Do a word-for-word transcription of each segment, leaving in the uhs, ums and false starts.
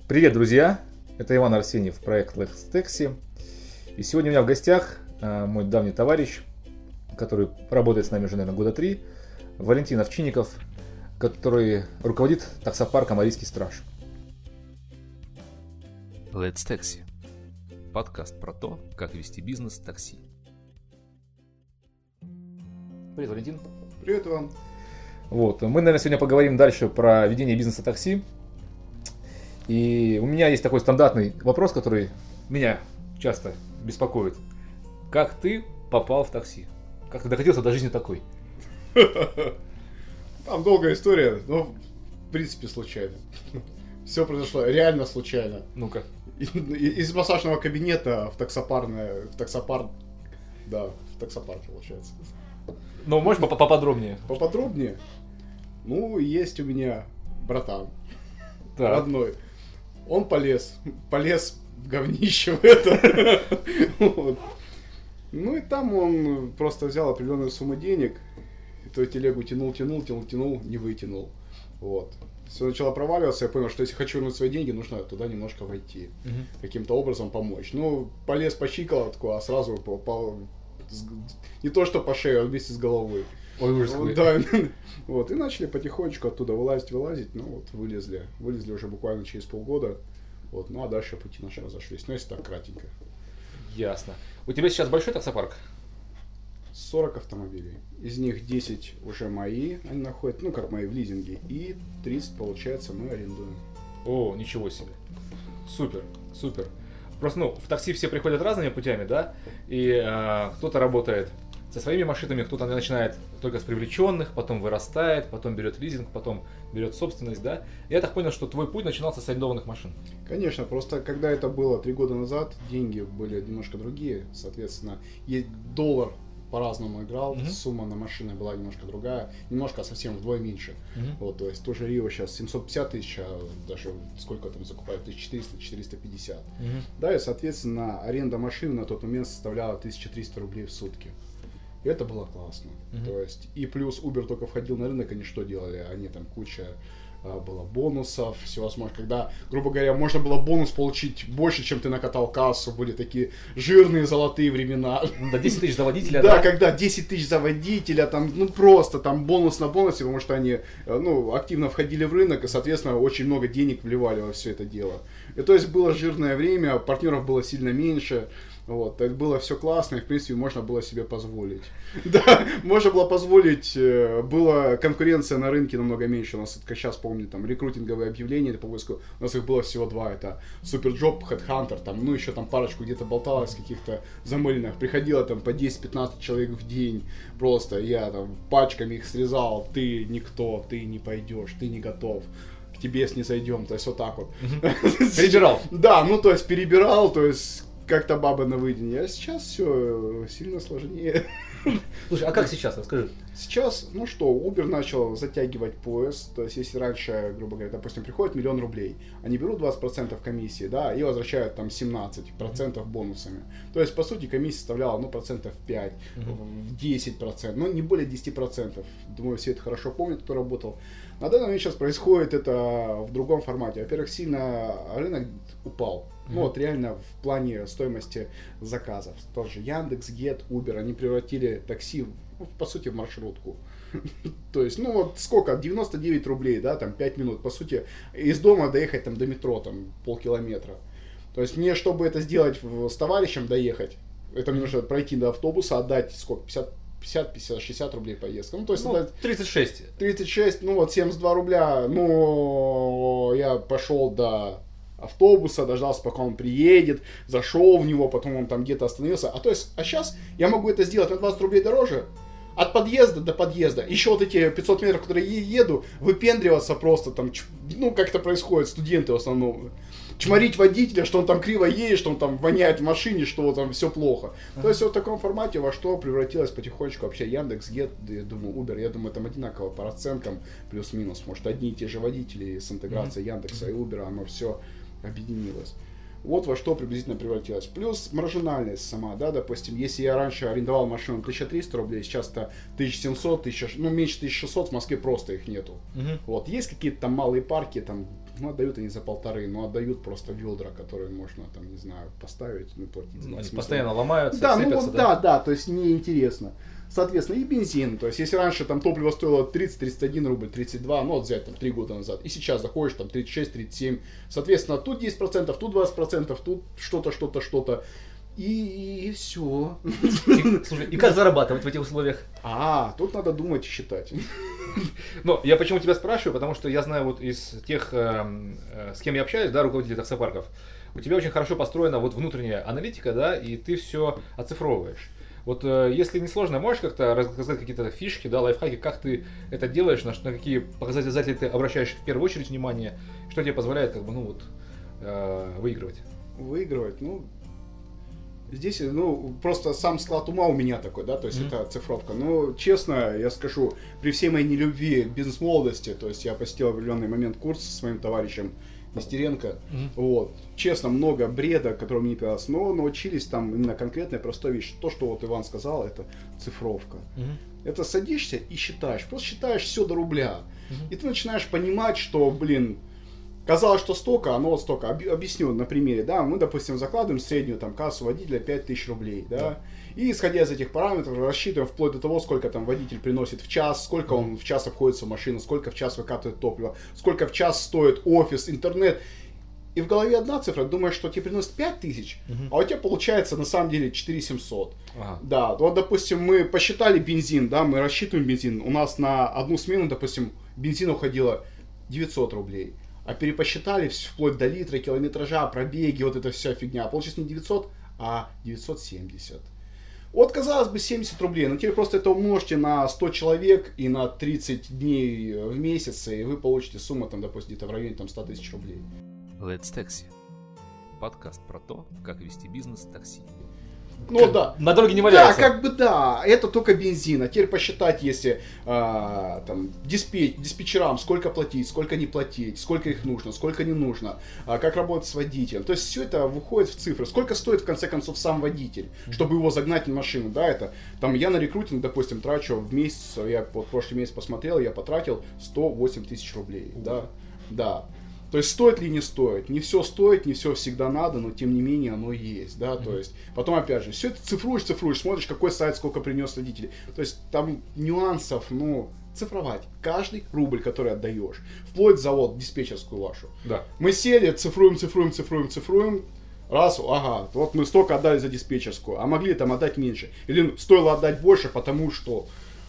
Привет, друзья! Это Иван Арсеньев, проект Let's Taxi. И сегодня у меня в гостях э, мой давний товарищ, который работает с нами уже, наверное, года три, Валентин Овчинников, который руководит таксопарком «Арийский страж». Let's Taxi. Подкаст про то, как вести бизнес такси. Привет, Валентин. Привет, Иван. Вот, мы, наверное, сегодня поговорим дальше про ведение бизнеса такси. И у меня есть такой стандартный вопрос, который меня часто беспокоит. Как ты попал в такси? Как ты докатился до жизни такой? Там долгая история, но в принципе случайно. Все произошло реально случайно. Ну-ка. Из массажного кабинета в таксопарное, в таксопар, да, в таксопарк получается. Ну, можешь поподробнее? Поподробнее? Ну, есть у меня братан, Так. родной. Он полез, полез в говнище в это. Вот. Ну и там он просто взял определенную сумму денег, эту телегу тянул, тянул, тянул, тянул, не вытянул. Вот. Все начало проваливаться, я понял, что если хочу вернуть свои деньги, нужно туда немножко войти, угу. Каким-то образом помочь. Ну, полез по щиколотку, а сразу попал, не то что по шее, а вместе с головой. Ой, ужас. Вот, да, вот, и начали потихонечку оттуда вылазить, вылазить, ну вот, вылезли. Вылезли уже буквально через полгода, вот, ну а дальше пути наши разошлись, ну если так кратенько. Ясно. У тебя сейчас большой таксопарк? сорок автомобилей. Из них десять уже мои, они находят, ну как мои в лизинге, и тридцать, получается, мы арендуем. О, ничего себе. Супер, супер. Просто, ну, в такси все приходят разными путями, да, и э, кто-то работает со своими машинами, кто-то начинает только с привлеченных, потом вырастает, потом берет лизинг, потом берет собственность, да. Я так понял, что твой путь начинался с арендованных машин. Конечно, просто когда это было три года назад, деньги были немножко другие, соответственно, и доллар по-разному играл, uh-huh. Сумма на машины была немножко другая, немножко, а совсем вдвое меньше. Uh-huh. Вот, то есть тоже Рио сейчас семьсот пятьдесят тысяч, а даже сколько там закупают, тысяча четыреста - четыреста пятьдесят. Uh-huh. Да, и соответственно аренда машины на тот момент составляла тысяча триста рублей в сутки. И это было классно. Uh-huh. То есть, и плюс Uber только входил на рынок, они что делали? Они там куча а, было бонусов, всевозможных. Когда, грубо говоря, можно было бонус получить больше, чем ты накатал кассу, были такие жирные золотые времена. Да, десять тысяч за водителя, да? Да, когда десять тысяч за водителя, там, ну просто там бонус на бонусе, потому что они, ну, активно входили в рынок и, соответственно, очень много денег вливали во все это дело. И то есть было жирное время, партнеров было сильно меньше. Вот, это было все классно, и, в принципе, можно было себе позволить. Да, можно было позволить, была конкуренция на рынке намного меньше. У нас, как сейчас помню, там, рекрутинговые объявления по поиску, у нас их было всего два, это Superjob, Headhunter, там, ну, еще там парочку где-то болталось, каких-то замыленных. Приходило там по десять-пятнадцать человек в день, просто я там пачками их срезал, ты никто, ты не пойдешь, ты не готов. К тебе снизойдем, то есть вот так вот. Перебирал. Да, ну, то есть перебирал, то есть как-то баба на выеденье, а сейчас все сильно сложнее. Слушай, а как сейчас? Расскажи. Сейчас, ну что, Uber начал затягивать пояс, то есть если раньше, грубо говоря, допустим, приходит миллион рублей, они берут двадцать процентов комиссии, да, и возвращают там семнадцать процентов бонусами. То есть, по сути, комиссия составляла, ну, процентов пять, uh-huh. десять процентов, ну, не более десять процентов. Думаю, все это хорошо помнят, кто работал. На данный момент сейчас происходит это в другом формате. Во-первых, сильно рынок упал. Mm-hmm. Ну вот реально в плане стоимости заказов. Тот же Яндекс, Гет, Uber, они превратили такси, ну, по сути, в маршрутку. То есть, ну вот сколько, девяносто девять рублей, да, там пять минут. По сути, из дома доехать там до метро, там полкилометра. То есть мне, чтобы это сделать с товарищем, доехать, это мне нужно пройти до автобуса, отдать сколько, пятьдесят пятьдесят шестьдесят рублей поездка. Ну, то есть, ну, это тридцать шесть. тридцать шесть, ну вот семьдесят два рубля. Ну, я пошел до автобуса, дождался, пока он приедет, зашел в него, потом он там где-то остановился. А то есть, а сейчас я могу это сделать на двадцать рублей дороже, от подъезда до подъезда. Еще вот эти пятьсот метров, которые я еду, выпендриваться просто там, ну, как это происходит, студенты в основном. Чморить водителя, что он там криво едет, что он там воняет в машине, что там все плохо. Uh-huh. То есть вот в таком формате во что превратилось потихонечку вообще Яндекс, Гет, я думаю, Uber, я думаю, там одинаково по расценкам, плюс-минус. Может, одни и те же водители с интеграцией uh-huh. Яндекса и Uber, оно все объединилось. Вот во что приблизительно превратилось. Плюс маржинальность сама, да, допустим, если я раньше арендовал машину тысяча триста рублей, сейчас это тысяча семьсот, тысяча, ну меньше тысячи шестьсот, в Москве просто их нету. Uh-huh. Вот, есть какие-то там малые парки, там Ну, отдают они за полторы, но отдают просто ведра, которые можно, там, не знаю, поставить, ну, платить. Ну, они смысла. постоянно ломаются, да, сыпятся, ну, вот, да? да, да, то есть неинтересно. Соответственно, и бензин. То есть, если раньше там топливо стоило тридцать тридцать один рубль, тридцать два, ну, вот взять там три года назад, и сейчас заходишь там тридцать шесть тридцать семь, соответственно, тут десять процентов, тут двадцать процентов, тут что-то, что-то, что-то. И, и все. И, слушай, и как зарабатывать в этих условиях? А, тут надо думать и считать. Ну, я почему тебя спрашиваю, потому что я знаю вот из тех, э, э, с кем я общаюсь, да, руководителей таксопарков, у тебя очень хорошо построена вот внутренняя аналитика, да, и ты все оцифровываешь. Вот э, если не сложно, можешь как-то рассказать какие-то фишки, да, лайфхаки, как ты это делаешь, на, на какие показатели ты обращаешь в первую очередь внимание, что тебе позволяет, как бы, ну вот, э, выигрывать? Выигрывать, ну, здесь, ну, просто сам склад ума у меня такой, да, то есть mm-hmm. это цифровка. Ну, честно, я скажу, при всей моей нелюбви к бизнес-молодости, то есть я посетил в определенный момент курс со своим товарищем Нестеренко, mm-hmm. вот, честно, много бреда, который мне не понравился, но научились там именно конкретная простая вещь. То, что вот Иван сказал, это цифровка. Mm-hmm. Это садишься и считаешь, просто считаешь все до рубля. Mm-hmm. И ты начинаешь понимать, что, блин, казалось, что столько, оно вот столько. Объясню на примере, да, мы, допустим, закладываем среднюю там кассу водителя пять тысяч рублей, да, да, и исходя из этих параметров рассчитываем вплоть до того, сколько там водитель приносит в час, сколько он в час обходится в машину, сколько в час выкатывает топливо, сколько в час стоит офис, интернет. И в голове одна цифра, думаешь, что тебе приносит пять тысяч, угу. а у тебя получается на самом деле четыре тысячи семьсот. Ага. Да, вот, допустим, мы посчитали бензин, да, мы рассчитываем бензин, у нас на одну смену, допустим, бензина уходило девятьсот рублей. А перепосчитали вплоть до литра, километража, пробеги, вот эта вся фигня. Получилось не девятьсот, а девятьсот семьдесят. Вот, казалось бы, семьдесят рублей, но теперь просто это умножьте на сто человек и на тридцать дней в месяц, и вы получите сумму, там, допустим, где-то в районе там, сто тысяч рублей. Let's Taxi. Подкаст про то, как вести бизнес в такси. Ну как, да. На дороге не валяется. Да, как бы да. Это только бензин. А теперь посчитать, если а, там, диспетч, диспетчерам сколько платить, сколько не платить, сколько их нужно, сколько не нужно, а, как работать с водителем. То есть все это выходит в цифры. Сколько стоит в конце концов сам водитель, mm-hmm. чтобы его загнать на машину. Да, это там я на рекрутинг, допустим, трачу в месяц, я вот прошлый месяц посмотрел, я потратил сто восемь тысяч рублей. Mm-hmm. Да, да. То есть стоит ли не стоит? Не все стоит, не все всегда надо, но тем не менее оно есть, да, mm-hmm. то есть потом опять же, все это цифруешь, цифруешь, смотришь, какой сайт сколько принес водителей. То есть там нюансов, ну, цифровать каждый рубль, который отдаешь, вплоть за вот диспетчерскую вашу. Да. Мы сели, цифруем, цифруем, цифруем, цифруем, раз, ага, вот мы столько отдали за диспетчерскую, а могли там отдать меньше. Или стоило отдать больше, потому что...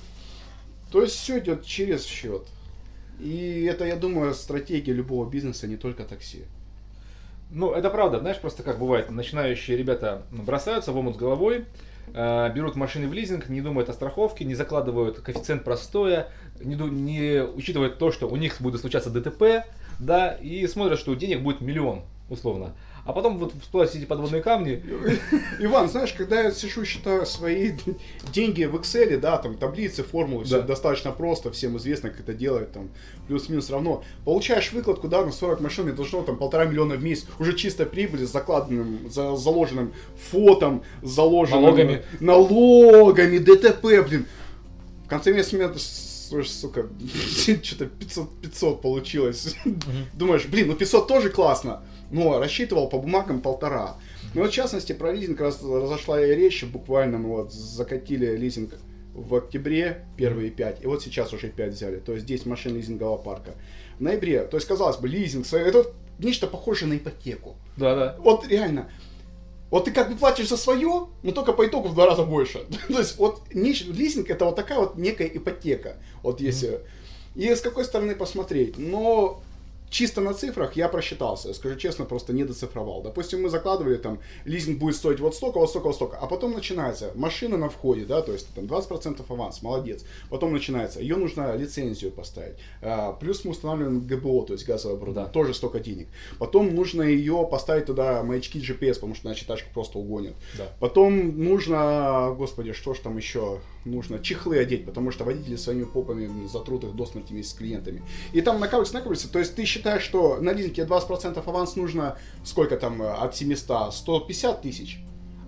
То есть все идет через счет. И это, я думаю, стратегия любого бизнеса, не только такси. Ну, это правда. Знаешь, просто как бывает, начинающие ребята бросаются в омут с головой, э, берут машины в лизинг, не думают о страховке, не закладывают коэффициент простоя, не, не учитывают то, что у них будет случаться ДТП, да, и смотрят, что денег будет миллион, условно. А потом вот всплывают эти подводные камни. Иван, знаешь, когда я сижу, считаю свои деньги в Excel, да, там таблицы, формулы, все да. достаточно просто, всем известно, как это делать, там, плюс-минус равно. Получаешь выкладку, да, на сорок машин, и должно там полтора миллиона в месяц, уже чистая прибыль с закладанным, за, заложенным фотом, с заложенным... Налогами. Налогами, ДТП, блин. В конце месяца у меня, сука, что-то пятьсот получилось. Думаешь, блин, ну пятьсот тоже классно. Но рассчитывал по бумагам полтора. Ну, вот, в частности, про лизинг раз, разошла речь. Буквально мы вот закатили лизинг в октябре, первые пять. И вот сейчас уже пять взяли. То есть десять машин лизингового парка. В ноябре, то есть, казалось бы, лизинг, это нечто похожее на ипотеку. Да, да. Вот реально. Вот ты как бы платишь за свое, но только по итогу в два раза больше. То есть, вот лизинг это вот такая вот некая ипотека. Вот если... И с какой стороны посмотреть. Но... Чисто на цифрах я просчитался, я скажу честно, просто не доцифровал. Допустим, мы закладывали, там, лизинг будет стоить вот столько, вот столько, вот столько. А потом начинается машина на входе, да, то есть там двадцать процентов аванс, молодец. Потом начинается, ее нужно лицензию поставить. А, плюс мы устанавливаем ГБО, то есть газовое оборудование, да. тоже столько денег. Потом нужно ее поставить туда маячки джи пи эс, потому что иначе тачку просто угонят. Да. Потом нужно, господи, что ж там еще нужно, чехлы одеть, потому что водители своими попами затрут их до смерти вместе с клиентами. И там накапливается, накапливается, то есть ты считаешь, что на лизинге двадцать процентов аванс нужно, сколько там, от семисот, сто пятьдесят тысяч,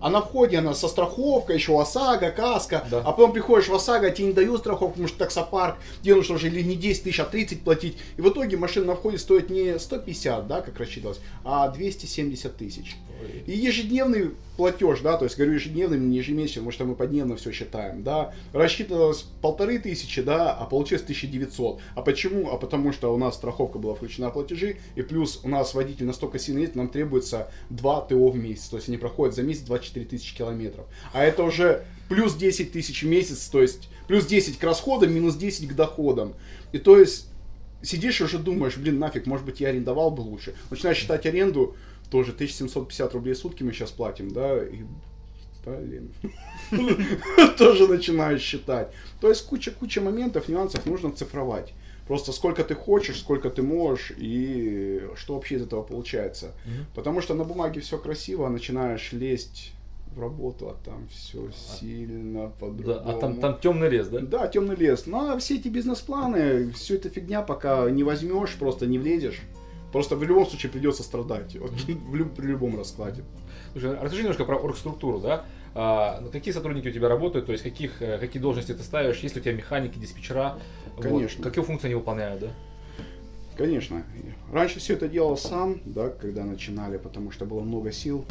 А на входе она со страховкой, еще ОСАГО, каска, Да. а потом приходишь в ОСАГО, тебе не дают страховку, потому что таксопарк, тебе нужно уже или не десять тысяч, а тридцать платить. И в итоге машина на входе стоит не сто пятьдесят, да, как рассчитывалось, а двести семьдесят тысяч. Ой. И ежедневный платеж, да, то есть говорю ежедневным, не ежемесячным, потому что мы подневно все считаем, да, рассчитывалось полторы тысячи, да, а получилось тысяча девятьсот. А почему? А потому что у нас страховка была включена в платежи, и плюс у нас водитель настолько сильный, нам требуется два ТО в месяц, то есть они проходят за месяц двадцать четыре тысячи километров. А это уже плюс десять тысяч в месяц, то есть плюс десять к расходам, минус десять к доходам. И то есть сидишь и уже думаешь, блин, нафиг, может быть, я арендовал бы лучше. Начинаешь считать аренду, тоже тысяча семьсот пятьдесят рублей в сутки мы сейчас платим, да, и, блин, тоже начинаешь считать. То есть куча-куча моментов, нюансов нужно цифровать. Просто сколько ты хочешь, сколько ты можешь, и что вообще из этого получается. Mm-hmm. Потому что на бумаге все красиво, а начинаешь лезть в работу, а там все сильно по-другому. Да, а там, там темный лес, да? Да, темный лес. Ну, а все эти бизнес-планы, все это фигня, пока не возьмешь, просто не влезешь. Просто в любом случае придется страдать. Вот, в люб, при любом раскладе. Слушай, расскажи немножко про оргструктуру, да? А, какие сотрудники у тебя работают, то есть каких, какие должности ты ставишь, есть ли у тебя механики, диспетчера? Конечно. Вот, какие функции они выполняют, да? Конечно. Раньше все это делал сам, да, когда начинали, потому что было много сил.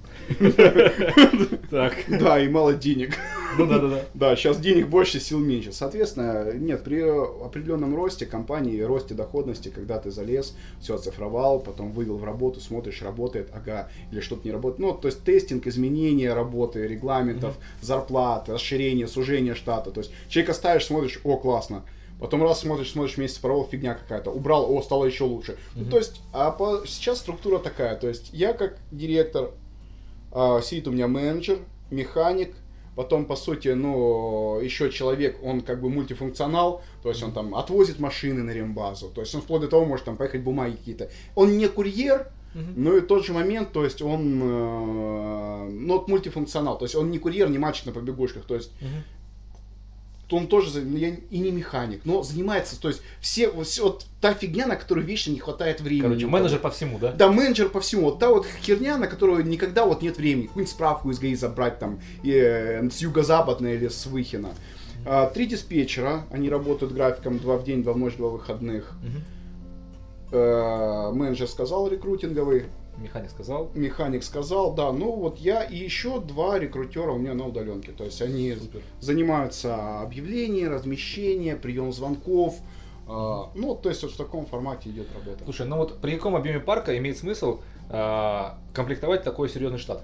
Так. Да, и мало денег. Ну да, да, да. Да, сейчас денег больше, сил меньше. Соответственно, нет, при определенном росте компании, росте доходности, когда ты залез, все оцифровал, потом вывел в работу, смотришь, работает, ага, или что-то не работает. Ну, то есть тестинг, изменения работы, регламентов, mm-hmm. зарплат, расширение, сужение штата. То есть человека ставишь, смотришь, о, классно. Потом раз смотришь, смотришь, месяц провел, фигня какая-то. Убрал, о, стало еще лучше. Mm-hmm. Ну, то есть, а по, сейчас структура такая. То есть я как директор, а, сидит у меня менеджер, механик, потом, по сути, ну, еще человек, он как бы мультифункционал, то есть он там отвозит машины на рембазу, то есть он вплоть до того может там поехать бумаги какие-то. Он не курьер, uh-huh. но и тот же момент, то есть он, э, ну, вот мультифункционал, то есть он не курьер, не мальчик на побегушках, то есть uh-huh. он тоже и не механик, но занимается, то есть все, все вот та фигня, на которую вечно не хватает времени. Короче, менеджер по всему, да? Да, менеджер по всему. Вот та вот херня, на которую никогда вот нет времени. Какую-нибудь справку из ГАИ забрать там и, э, с юго-западной или с Выхина. А, три диспетчера, они работают графиком два в день, два в ночь, два выходных. Угу. А, менеджер сказал рекрутинговый. Механик сказал. Механик сказал, да. Ну вот я и еще два рекрутера у меня на удаленке. То есть они Супер. занимаются объявлением, размещением, прием звонков. Uh, ну, то есть вот в таком формате идет работа. Слушай, ну вот при каком объеме парка имеет смысл э, комплектовать такой серьезный штат?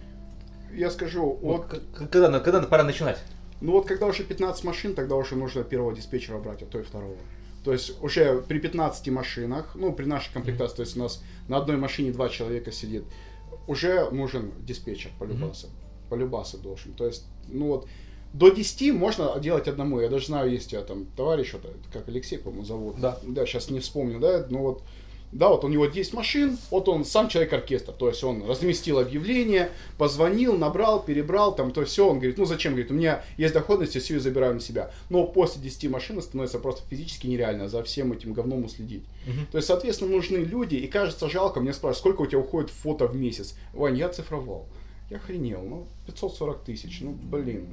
Я скажу, вот, вот, когда, когда пора начинать? Ну вот когда уже пятнадцать машин, тогда уже нужно первого диспетчера брать, а то и второго. То есть уже при пятнадцати машинах, ну при нашей комплектации, mm-hmm. то есть у нас на одной машине два человека сидит, уже нужен диспетчер полюбаса. Mm-hmm. Полюбаса должен. То есть, ну вот, до десяти можно делать одному. Я даже знаю, есть я там товарищ, вот, как Алексей, по-моему, зовут. Да. Да, сейчас не вспомню, да, ну вот. Да, вот у него десять машин, вот он сам человек-оркестр, то есть он разместил объявление, позвонил, набрал, перебрал, там, то все, он говорит, ну зачем, говорит, у меня есть доходность, я все ее забираю на себя. Но после десяти машин становится просто физически нереально за всем этим говном уследить. Uh-huh. То есть, соответственно, нужны люди, и кажется жалко, мне спрашивают, сколько у тебя уходит фото в месяц? Вань, я цифровал. Я охренел, ну, пятьсот сорок тысяч, ну, блин.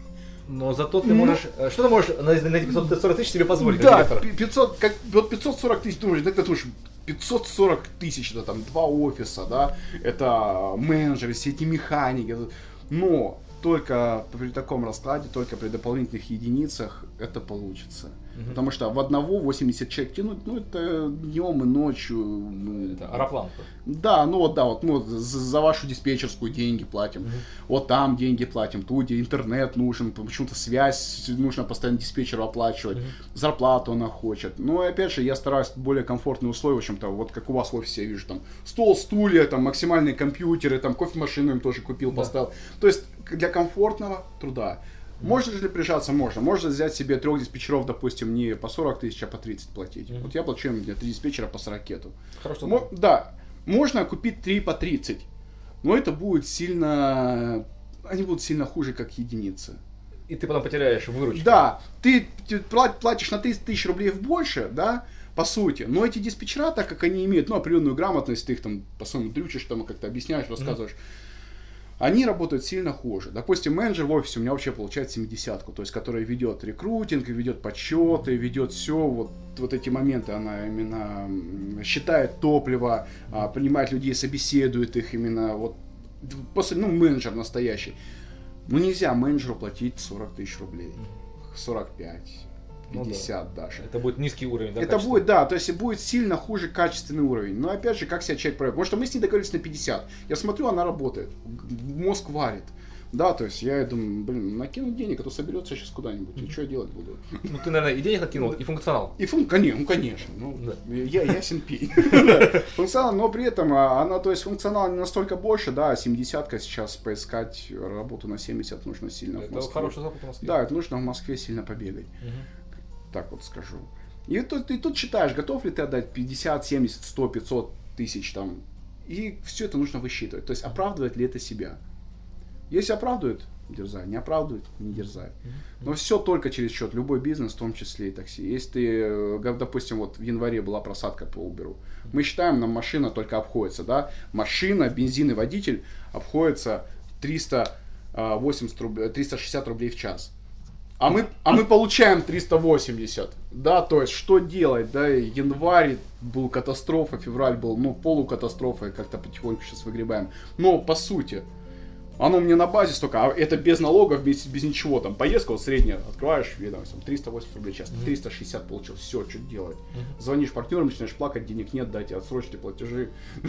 Но зато ты можешь, ну, что ты можешь на эти пятьсот сорок тысяч себе позволить? Да, пятьсот, как, вот пятьсот сорок тысяч, думаешь, иногда думаешь, пятьсот сорок тысяч, это там два офиса, да, это менеджеры, все эти механики, но только при таком раскладе, только при дополнительных единицах это получится. Угу. Потому что в одного восемьдесят человек тянуть, ну это днем и ночью. Ну, это аэроплан. Да, ну вот да, вот мы вот за, за вашу диспетчерскую деньги платим, угу. вот там деньги платим, тут где интернет нужен, почему-то связь нужно постоянно диспетчеру оплачивать, угу. зарплату она хочет. Но опять же, я стараюсь более комфортные условия, в общем-то, вот как у вас в офисе я вижу, там стол, стулья, там максимальные компьютеры, там кофемашину им тоже купил, да. поставил. То есть для комфортного труда. Можно ли прижаться? Можно. Можно взять себе трех диспетчеров, допустим, не по сорок тысяч, а по тридцать платить. Mm-hmm. Вот я плачу им для три диспетчера по сорокету. Хорошо. Мо- да. Можно купить три по тридцать. Но это будет сильно... Они будут сильно хуже, как единицы. И ты потом потеряешь выручку. Да. Ты, ты платишь на тридцать тысяч рублей в больше, да, по сути. Но эти диспетчера, так как они имеют, ну, определенную грамотность, ты их там, по-своему, дрючишь, там, как-то объясняешь, рассказываешь. Mm-hmm. они работают сильно хуже. Допустим, менеджер в офисе у меня вообще получает семидесятку, то есть который ведет рекрутинг, ведет подсчеты, ведет все, вот, вот эти моменты, она именно считает топливо, принимает людей, собеседует их именно, вот, после, ну, менеджер настоящий. Ну, нельзя менеджеру платить сорок тысяч рублей, сорок пять. пятьдесят ну, да. даже. Это будет низкий уровень, да? Это будет, да, то есть будет сильно хуже качественный уровень. Но опять же, как себя человек проявит? Потому что мы с ней договорились на пятьдесят. Я смотрю, она работает. Мозг варит. Да, то есть я думаю, блин, накинуть денег, а то соберется сейчас куда-нибудь. И что я делать буду? Ну ты, наверное, и денег накинул, и функционал. И функционал, конечно, ну конечно. Ну, да. Я ясен пей. Функционал, но при этом она, то есть функционал не настолько больше, да, семидесятка сейчас поискать работу на семьдесят нужно сильно в Москве. Это хороший запад в Москве. Да, это нужно в Москве сильно побегать. Так вот скажу. И тут, и тут считаешь, готов ли ты отдать пятьдесят, семьдесят, сто, пятьсот тысяч там. И все это нужно высчитывать. То есть оправдывает ли это себя. Если оправдывает, дерзай. Не оправдывает, не дерзай. Но все только через счет. Любой бизнес, в том числе и такси. Если ты, допустим, вот в январе была просадка по Uber. Мы считаем, нам машина только обходится. Да? Машина, бензин и водитель обходится триста восемьдесят рублей, триста шестьдесят рублей в час. А мы, а мы получаем триста восемьдесят, да, то есть что делать, да, январь был катастрофа, февраль был, ну, полукатастрофа, как-то потихоньку сейчас выгребаем, но по сути, оно мне на базе столько, а это без налогов, без, без ничего, там, поездка вот средняя, открываешь, ведомость, триста восемьдесят рублей в час, триста шестьдесят получил, все, что делать, звонишь партнерам, начинаешь плакать, денег нет, дайте отсрочьте платежи.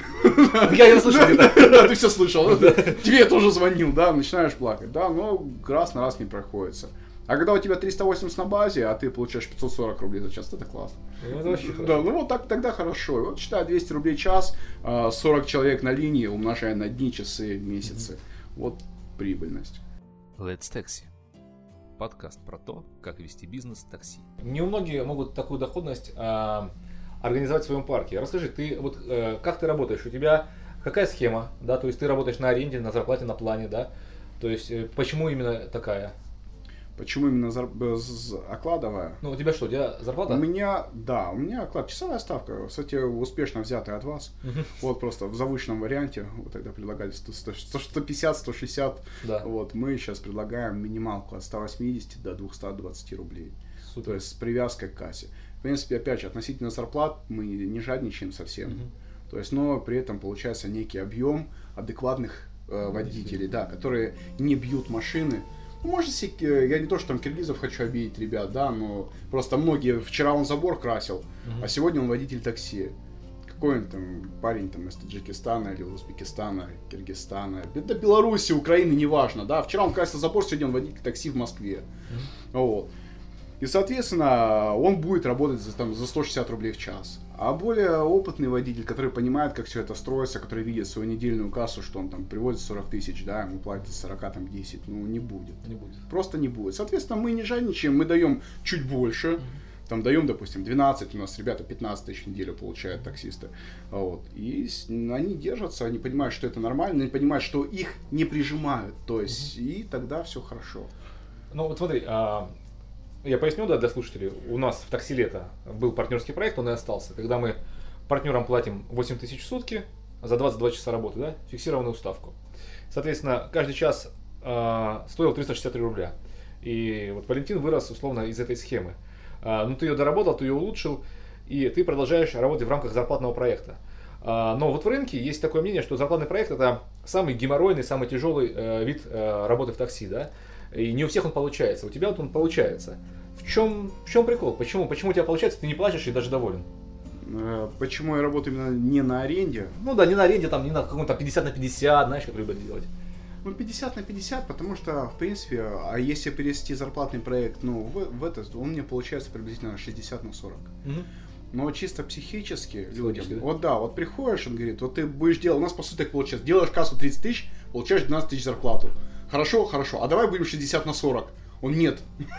Я не слышал. Да, ты все слышал, тебе я тоже звонил, да, начинаешь плакать, да, но раз на раз не проходится. А когда у тебя триста восемьдесят на базе, а ты получаешь пятьсот сорок рублей за час, это классно. Ну, это вообще хорошо. Да, ну вот так тогда хорошо. Вот считай двести рублей в час, сорок человек на линии, умножая на дни, часы, месяцы. Mm-hmm. Вот прибыльность. Let's Taxi. Подкаст про то, как вести бизнес такси. Не у многих могут такую доходность а, организовать в своем парке. Расскажи, ты вот а, как ты работаешь? У тебя какая схема? Да, то есть ты работаешь на аренде, на зарплате, на плане, да? То есть почему именно такая? Почему именно зар... окладовая? Ну, у тебя что, у тебя зарплата? У меня, да, у меня оклад, часовая ставка, кстати, успешно взятая от вас. Uh-huh. Вот просто в завышенном варианте, вот тогда предлагали сто пятьдесят - сто шестьдесят, да. Вот мы сейчас предлагаем минималку от ста восьмидесяти до двухсот двадцати рублей. Супер. То есть с привязкой к кассе. В принципе, опять же, относительно зарплат мы не жадничаем совсем. Uh-huh. То есть, но при этом получается некий объем адекватных э, водителей, да, которые не бьют машины. Может, я не то, что там киргизов хочу обидеть, ребят, да, но просто многие, вчера он забор красил, uh-huh. а сегодня он водитель такси. Какой он там парень там из Таджикистана или Узбекистана, Киргизстана, да Беларуси, Украины, неважно, да. Вчера он красил забор, сегодня он водитель такси в Москве. Uh-huh. Вот. И, соответственно, он будет работать за, там, за сто шестьдесят рублей в час. А более опытный водитель, который понимает, как все это строится, который видит свою недельную кассу, что он там приводит сорок тысяч, да, ему платят сорок, там, десять, ну, не будет. Не будет. Просто не будет. Соответственно, мы не жадничаем, мы даем чуть больше. Mm-hmm. Там даем, допустим, двенадцать, у нас ребята пятнадцать тысяч в неделю получают таксисты. Вот. И они держатся, они понимают, что это нормально, они понимают, что их не прижимают. То есть, mm-hmm. и тогда все хорошо. Ну, вот смотри, а... я поясню, да, для слушателей. У нас в такси лето был партнерский проект, он и остался. Когда мы партнерам платим восемь тысяч в сутки за двадцать два часа работы, да, фиксированную ставку. Соответственно, каждый час э, стоил триста шестьдесят три рубля. И вот Валентин вырос условно из этой схемы. Э, ну, ты ее доработал, ты ее улучшил, и ты продолжаешь работать в рамках зарплатного проекта. Э, но вот в рынке есть такое мнение, что зарплатный проект — это самый геморройный, самый тяжелый э, вид э, работы в такси, да. И не у всех он получается. У тебя вот он получается. В чем, в чем прикол? Почему? Почему у тебя получается, ты не платишь и даже доволен? Почему я работаю именно не на аренде? Ну да, не на аренде, там, не на каком-то пятьдесят на пятьдесят, знаешь, как любят делать. Ну, пятьдесят на пятьдесят, потому что, в принципе, а если перевести зарплатный проект, ну, в, в этот, он мне получается приблизительно шестьдесят на сорок. Угу. Но чисто психически людям, да? Вот да, вот приходишь, он говорит, вот ты будешь делать, у нас по сути так получается, делаешь кассу тридцать тысяч, получаешь двенадцать тысяч зарплату. Хорошо, хорошо, а давай будем шестьдесят на сорок. Он нет.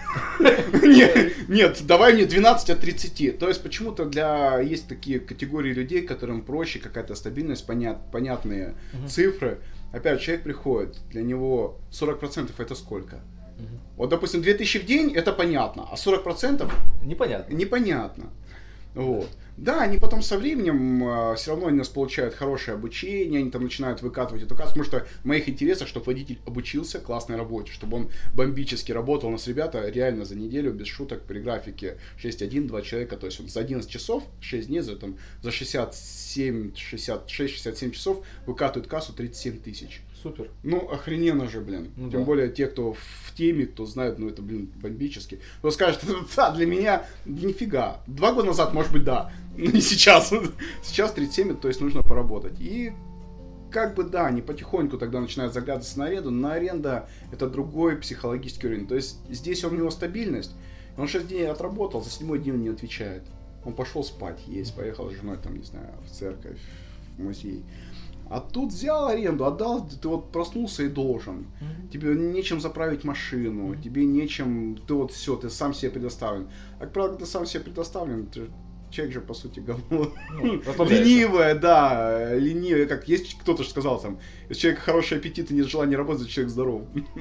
нет. Нет, давай мне двенадцать от тридцати. То есть почему-то для есть такие категории людей, которым проще какая-то стабильность, понят, понятные uh-huh. цифры. Опять человек приходит, для него сорок процентов это сколько? Uh-huh. Вот, допустим, две тысячи в день это понятно, а сорок процентов непонятно. Непонятно. Вот. Да, они потом со временем э, все равно они у нас получают хорошее обучение, они там начинают выкатывать эту кассу, потому что в моих интересах, чтобы водитель обучился классной работе, чтобы он бомбически работал. У нас ребята реально за неделю, без шуток, при графике шесть один, два человека, то есть он за одиннадцать часов, шесть дней, за, там, за шестьдесят семь, шестьдесят шесть шестьдесят семь часов выкатывают кассу тридцать семь тысяч. Супер. Ну, охрененно же, блин. Ну, Тем да. более те, кто в теме, кто знает, ну это, блин, бомбически. Кто скажет, да, для меня нифига. Два года назад, может быть, да. Но не сейчас. Сейчас тридцать семь, то есть нужно поработать. И как бы, да, они потихоньку тогда начинают заглядываться на аренду. На аренда это другой психологический уровень. То есть здесь у него стабильность. Он шесть дней отработал, за седьмой день он не отвечает. Он пошел спать, есть, поехал с женой, там, не знаю, в церковь, в музей. А тут взял аренду, отдал, ты вот проснулся и должен. Mm-hmm. Тебе нечем заправить машину, mm-hmm. тебе нечем, ты вот все, ты сам себе предоставлен. А, правда, ты сам себе предоставлен, ты, человек же, по сути, говно. Ну, ленивое, да, ленивое, как есть кто-то же сказал там, если человек хороший аппетит и нет желания работать, значит человек здоров.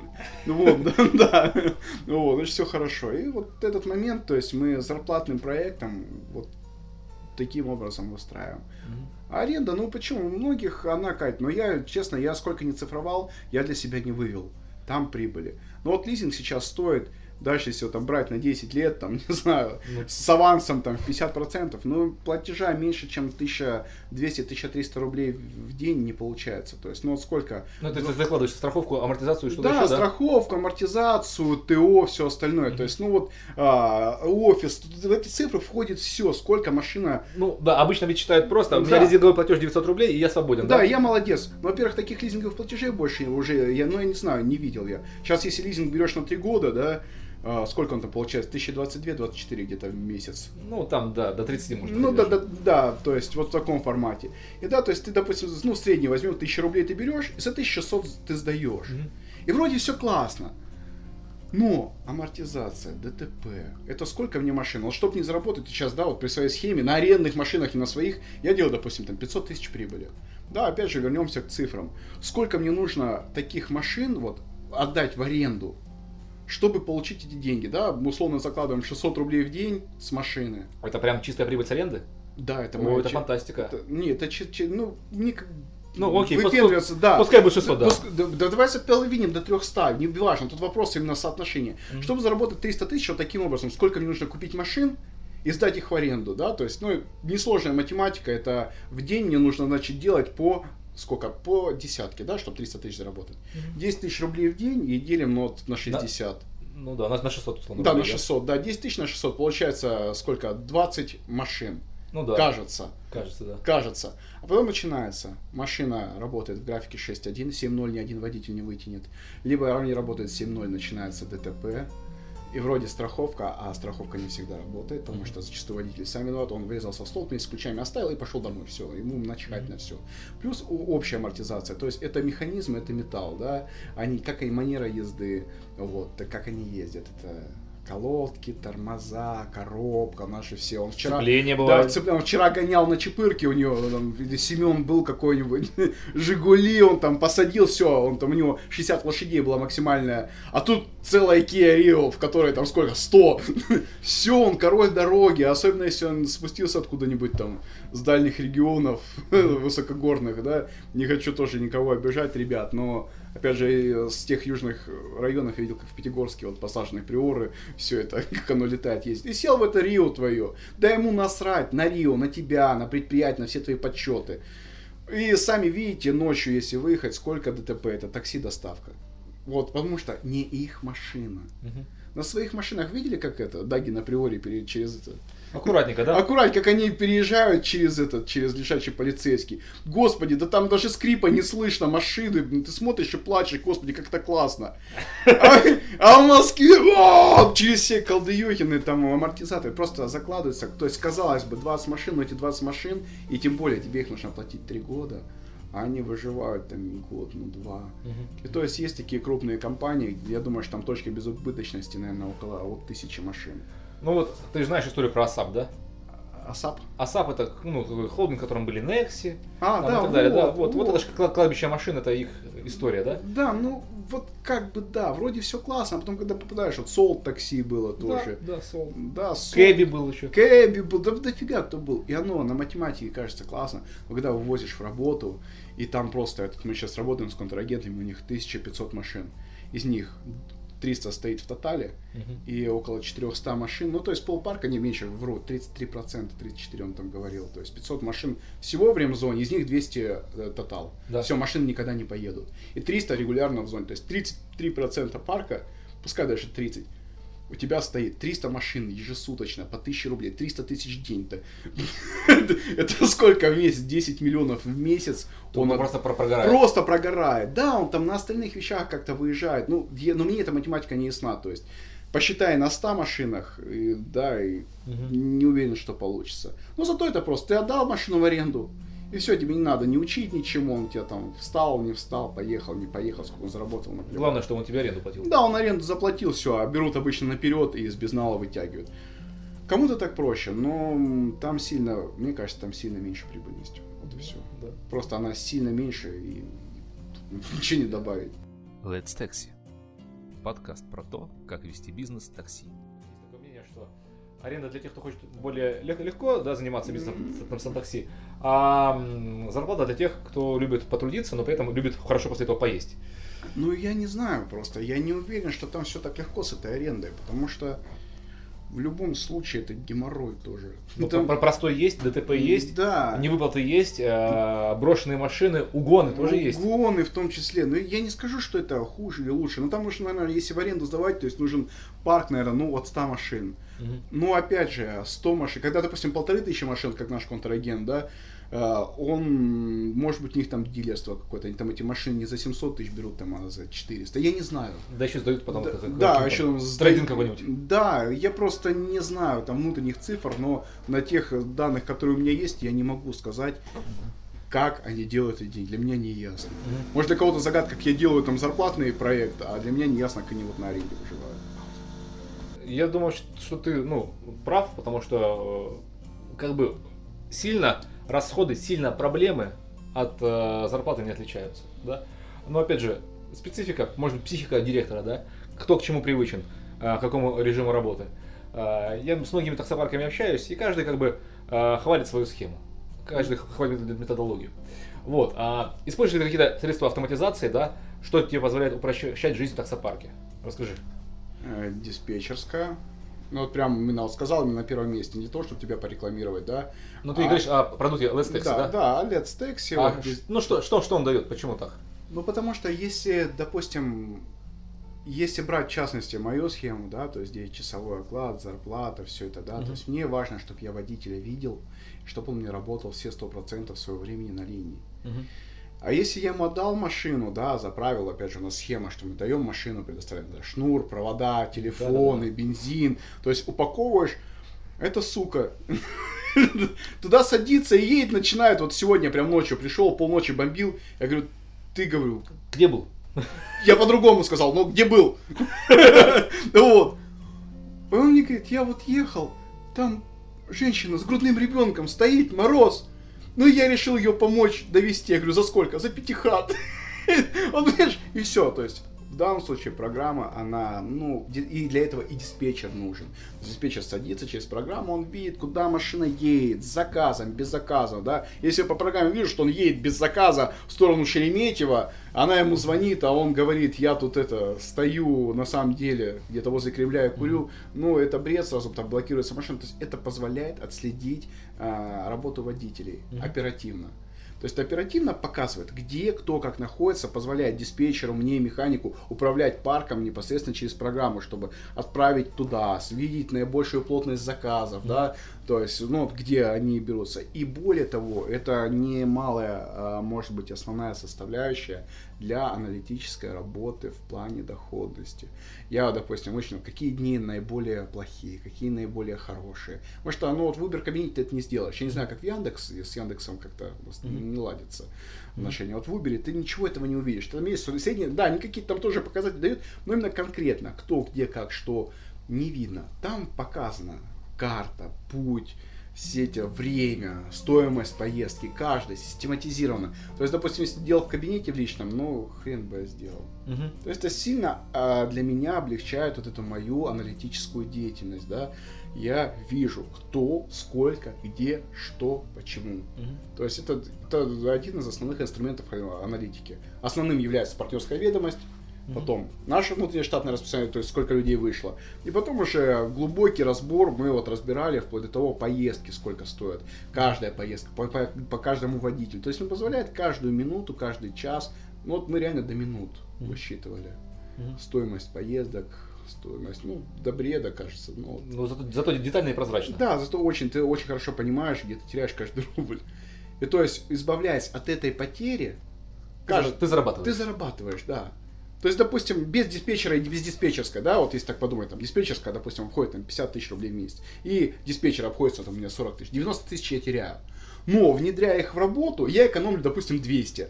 Ну вот, да, да, вот, значит все хорошо. И вот этот момент, то есть мы зарплатным проектом, вот, таким образом выстраиваем. Mm-hmm. А аренда, ну почему? У многих она катит. Но я, честно, я сколько не цифровал, я для себя не вывел. Там прибыли. Но вот лизинг сейчас стоит, дальше если его там брать на десять лет, там, не знаю, mm-hmm. с авансом там в пятьдесят процентов, ну платежа меньше, чем тысяча двести - тысяча триста рублей в день не получается. То есть, ну вот сколько... Ну ты закладываешь страховку, амортизацию и что-то да, еще, да? страховку, амортизацию, ТО, все остальное. Mm-hmm. То есть, ну вот, а, офис, в эти цифры входит все, сколько машина... Ну да, обычно ведь считают просто, у да. меня лизинговый платеж девятьсот рублей, и я свободен, да? Да, я молодец. Но, во-первых, таких лизинговых платежей больше уже, я, ну я не знаю, не видел я. Сейчас, если лизинг берешь на три года, да, а, сколько он там получается? тысяча двадцать два - двадцать четыре где-то в месяц. Ну там, да, до тридцати можно. Ну да, да, да, то есть вот в таком формате. И да, то есть ты, допустим, ну средний возьмем, тысячу рублей ты берешь, и за тысячу шестьсот ты сдаешь. Mm-hmm. И вроде все классно. Но амортизация, ДТП, это сколько мне машин? Вот чтобы не заработать сейчас, да, вот при своей схеме, на арендных машинах и на своих, я делаю, допустим, там пятьсот тысяч прибыли. Да, опять же, вернемся к цифрам. Сколько мне нужно таких машин вот отдать в аренду, чтобы получить эти деньги, да, мы условно закладываем шестьсот рублей в день с машины. Это прям чистая прибыль с аренды? Да, это О, моя... это ч... фантастика. Это... Нет, это ч... Ч... ну, не... Ну, окей, выпендриваться, пускай, да. Пускай будет шестьсот, да. Пуск... Да, да давай половиним до трехсот, не важно, тут вопрос именно соотношения. Mm-hmm. Чтобы заработать триста тысяч, вот таким образом, сколько мне нужно купить машин и сдать их в аренду, да, то есть, ну, несложная математика, это в день мне нужно, значит, делать по... Сколько? По десятке, да, чтобы триста тысяч заработать. Mm-hmm. десять тысяч рублей в день и делим, ну, вот, на шестьдесят. Да. Ну да, у нас на шестьсот, условно. Да, рублей, на шестьсот, да. да, десять тысяч на шестьсот, получается сколько? двадцать машин. Ну да. Кажется. Кажется, да. Кажется. А потом начинается. Машина работает в графике шесть один, семь ноль ни один водитель не вытянет. Либо они работают семь ноль, начинается ДТП. И вроде страховка, а страховка не всегда работает, потому что зачастую водители сами виноваты. Он врезался в столб, вместе с ключами оставил и пошел домой. Все, ему начихать mm-hmm. на все. Плюс общая амортизация. То есть это механизм, это металл, да. Они, как и манера езды, вот, как они ездят. Это колодки, тормоза, коробка, наши все. Он вчера, сцепление бывает. Да, сцепление. Он вчера гонял на чепырке, у него там, или Семен был какой-нибудь, Жигули, он там посадил, все, он там, у него шестьдесят лошадей была максимальная, а тут целая Kia Rio, в которой там сколько, сто. Все, он король дороги, особенно если он спустился откуда-нибудь там с дальних регионов, высокогорных, да. Не хочу тоже никого обижать, ребят, но опять же, с тех южных районов я видел, как в Пятигорске, вот посаженные приоры, все это, как оно летает, ездит. И сел в это Рио твое. Да ему насрать на Рио, на тебя, на предприятие, на все твои подсчеты. И сами видите, ночью, если выехать, сколько ДТП, это такси-доставка. Вот, потому что не их машина. Угу. На своих машинах видели, как это, даги на приоре пере, через это... Аккуратненько, да? Аккуратненько, как они переезжают через этот, через лежачий полицейский. Господи, да там даже скрипа не слышно, машины, ты смотришь и плачешь, господи, как это классно. А, а в Москве о, через все колдыёхины там амортизаторы просто закладываются. То есть, казалось бы, двадцать машин, но эти двадцать машин, и тем более тебе их нужно платить три года. А они выживают там год, ну два. Uh-huh. И то есть есть такие крупные компании, я думаю, что там точка безубыточности, наверное, около вот, тысячи машин. Ну вот, ты же знаешь историю про АСАП, да? Асап? Асап это ну, холдинг, в котором были Некси, А, там, да, и так далее. вот, Да, вот, вот вот. это же кла- кладбище машин, это их история, да? Да, ну вот как бы да, вроде все классно, а потом когда попадаешь, вот Солт такси было тоже. Да, да, Сол. Да, Солт. Кэби был еще. Кэби был, да дофига кто был. И оно на математике кажется классно, но когда вывозишь в работу, и там просто, это, мы сейчас работаем с контрагентами, у них тысяча пятьсот машин, из них триста стоит в тотале, Мгм. и около четыреста машин, ну то есть полпарка, не меньше, вру, тридцать три процента, тридцать четыре процента он там говорил, то есть пятьсот машин всего в ремзоне, из них двести э, тотал. Да. Все, машины никогда не поедут. И триста регулярно в зоне, то есть тридцать три процента парка, пускай даже тридцать, у тебя стоит триста машин ежесуточно по тысяче рублей, триста тысяч в день-то. Это сколько в месяц? десять миллионов в месяц. Он Он просто про- прогорает. просто прогорает. Да, он там на остальных вещах как-то выезжает. Ну, я- но мне эта математика не ясна. То есть, посчитай на ста машинах, и, да, и Мгм. не уверен, что получится. Но зато это просто. Ты отдал машину в аренду, и все, тебе не надо не учить ничему. Он тебя там встал, не встал, поехал, не поехал, сколько он заработал, наплевать. Главное, что он тебе аренду платил. Да, он аренду заплатил, все, а берут обычно наперед и из безнала вытягивают. Кому-то так проще, но м, там сильно, мне кажется, там сильно меньше прибыльность. Вот и все. Да. Просто она сильно меньше и ничего не добавить. Let's Taxi. Подкаст про то, как вести бизнес такси. Есть такое мнение, что аренда для тех, кто хочет более лег- легко да, заниматься бизнесом на на такси, а м, зарплата для тех, кто любит потрудиться, но при этом любит хорошо после этого поесть. Ну, я не знаю просто. Я не уверен, что там все так легко с этой арендой, потому что в любом случае это геморрой тоже. Ну, Там- про- простой есть, ДТП есть, Да. невыплаты есть, а, брошенные машины, угоны тоже есть. Угоны в том числе. Но я не скажу, что это хуже или лучше. Но там нужно, наверное, если в аренду сдавать, то есть нужен парк, наверное, ну, от ста машин. Мгм. Ну, опять же, сто машин. Когда, допустим, полторы тысячи машин, как наш контрагент, да, э, он, может быть, у них там дилерство какое-то. Они там эти машины не за семьсот тысяч берут, там, а за четыреста. Я не знаю. Да еще сдают потом Да, как- как- да, как- еще там с- трейдинг какой-нибудь. Да, я просто не знаю там внутренних цифр, но на тех данных, которые у меня есть, я не могу сказать, как они делают эти деньги. Для меня не ясно. Мгм. Может, для кого-то загадка, как я делаю там зарплатные проекты, а для меня не ясно, как они вот на аренде выживают. Я думаю, ш- что ты ну, прав, потому что э, как бы сильно расходы, сильно проблемы от э, зарплаты не отличаются. Да? Но опять же, специфика, может быть, психика директора, да? Кто к чему привычен, э, к какому режиму работы. Э, я с многими таксопарками общаюсь, и каждый как бы э, хвалит свою схему. Каждый хвалит методологию. Вот. А используешь ли ты какие-то средства автоматизации, да, что тебе позволяет упрощать жизнь в таксопарке? Расскажи. Э, диспетчерская. Ну вот прям именно вот сказал именно на первом месте, не то, чтобы тебя порекламировать, да. Ну, ты А- говоришь о продукте Let's Taxi, Да, да? да, Let's Taxi. А, вот. ш- ну, что, что, что он дает? Почему так? Ну, потому что если, допустим, если брать, в частности, мою схему, да, то есть здесь часовой оклад, зарплата, все это, да, Мгм. то есть мне важно, чтобы я водителя видел, чтобы он мне работал все сто процентов своего времени на линии. Мгм. А если я ему отдал машину, да, заправил, опять же, у нас схема, что мы даем машину, предоставляем да, шнур, провода, телефоны, бензин, то есть упаковываешь, это сука. Туда садится и едет, начинает, вот сегодня прям ночью пришел, полночи бомбил, я говорю, ты, говорю, Где был? я по-другому сказал, но где был? Вот. И он мне говорит, я вот ехал, там женщина с грудным ребенком стоит, мороз. Ну, я решил ее помочь довести. Я говорю, за сколько? За пятихат. Он, понимаешь, и все, то есть... В данном случае программа, она, ну, ди- и для этого и диспетчер нужен. Диспетчер садится через программу, он видит, куда машина едет, с заказом, без заказа, да. Если я по программе вижу, что он едет без заказа в сторону Шереметьево, она ему звонит, а он говорит, я тут это, стою, на самом деле, где-то возле Кремля и курю, ну, это бред, сразу там блокируется машина. То есть это позволяет отследить а, работу водителей Мгм. оперативно. То есть оперативно показывает, где кто как находится, позволяет диспетчеру, мне, механику, управлять парком непосредственно через программу, чтобы отправить туда, видеть наибольшую плотность заказов, да, то есть, ну, вот где они берутся. И более того, это немалая, а, может быть, основная составляющая для аналитической работы в плане доходности. Я, допустим, вычислил, какие дни наиболее плохие, какие наиболее хорошие. Потому что, ну, вот в Uber кабинете ты это не сделаешь. Я не знаю, как в Яндекс, с Яндексом как-то не ладится отношения. Вот в Uber ты ничего этого не увидишь. Там есть средние, да, они какие-то там тоже показатели дают, но именно конкретно, кто, где, как, что, не видно. Там показана карта, путь, все эти время, стоимость поездки, каждая систематизирована. То есть, допустим, если делал в кабинете в личном, ну, хрен бы я сделал. Угу. То есть, это сильно а, для меня облегчает вот эту мою аналитическую деятельность, да. Я вижу, кто, сколько, где, что, почему. Угу. То есть, это, это один из основных инструментов аналитики. Основным является партнерская ведомость. Потом наше внутреннее штатное расписание, то есть сколько людей вышло. И потом уже глубокий разбор мы вот разбирали вплоть до того, поездки сколько стоят. Каждая поездка, по, по, по каждому водителю. То есть он позволяет каждую минуту, каждый час. Ну вот мы реально до минут mm-hmm. высчитывали. Mm-hmm. Стоимость поездок, стоимость, ну, до бреда, кажется. Ну, Но зато, зато детально и прозрачно. Да, зато очень, ты очень хорошо понимаешь, где ты теряешь каждый рубль. И то есть, избавляясь от этой потери, ты, каждый, ты зарабатываешь. Ты зарабатываешь, да. То есть, допустим, без диспетчера и без диспетчерской, да, вот если так подумать, там, диспетчерская, допустим, обходит там пятьдесят тысяч рублей в месяц, и диспетчер обходится там у меня сорок тысяч, девяносто тысяч я теряю. Но, внедряя их в работу, я экономлю, допустим, двести.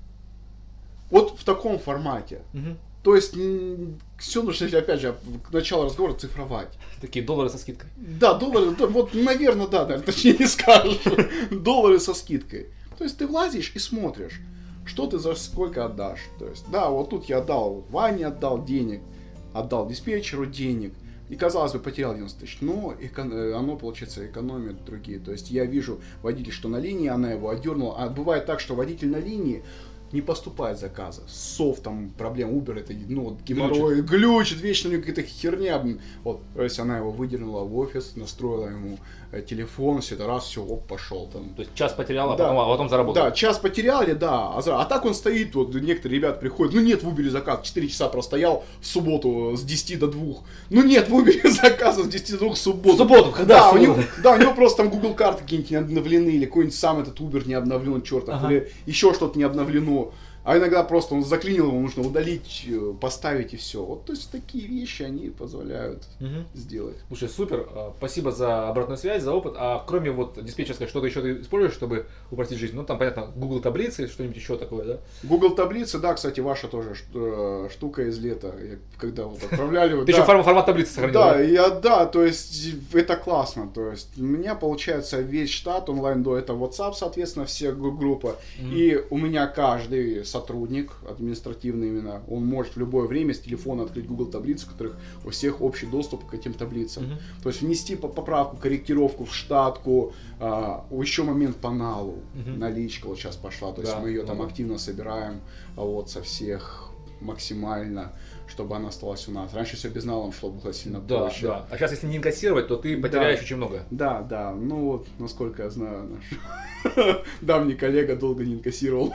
Вот в таком формате. Угу. То есть, все нужно, опять же, к началу разговора цифровать. Такие доллары со скидкой. Да, доллары, вот, наверное, да, наверное, точнее не скажешь. Доллары со скидкой. То есть, ты влазишь и смотришь. Что ты за сколько отдашь? То есть, да, вот тут я отдал, Ване отдал денег, отдал диспетчеру денег, и, казалось бы, потерял девяносто тысяч, но эко- оно, получается, экономит другие. То есть, я вижу водитель, что на линии, она его отдернула, а бывает так, что водитель на линии не поступает заказа. С софтом проблем, Uber это, ну, геморрой, глючит, вечно у него какая-то херня. Вот, то есть она его выдернула в офис, настроила ему телефон, все это раз, все, оп, пошел там. То есть час потерял, а, да. потом, а потом заработал. Да, час потеряли, да, а, а так он стоит, вот некоторые ребята приходят, ну нет в Uber заказ, четыре часа простоял в субботу с десяти до двух. Ну нет в Uber заказа с десяти до двух в субботу. В субботу, когда? Да, у него, да, у него просто там Google карты какие-нибудь не обновлены, или какой-нибудь сам этот Uber не обновлен, чертов, ага. или еще что-то не обновлено. А иногда просто он заклинил, его нужно удалить, поставить и все. Вот, то есть такие вещи они позволяют угу. сделать. Слушай, супер, спасибо за обратную связь, за опыт. А кроме вот диспетчерской, что-то еще ты используешь, чтобы упростить жизнь? Ну там, понятно, Google таблицы, что-нибудь еще такое, да? Google таблицы, да, кстати, ваша тоже штука из лета, когда вот отправляли. Ты еще формат таблицы сохранил? Да, я, да, то есть это классно. То есть у меня получается весь штат онлайн до это WhatsApp, соответственно, все группы. И у меня каждый сотрудник административный именно, он может в любое время с телефона открыть Google таблицы, у которых у всех общий доступ к этим таблицам. Uh-huh. То есть внести поправку, корректировку в штатку, а, еще момент по налу, uh-huh. наличка вот сейчас пошла, то есть да, мы ее там uh-huh. активно собираем а вот со всех максимально, чтобы она осталась у нас. Раньше все без налом шло, было сильно да, проще. Да. А сейчас, если не инкассировать, то ты потеряешь да, очень много. Да, да. Ну вот, насколько я знаю, наш давний коллега долго не инкассировал.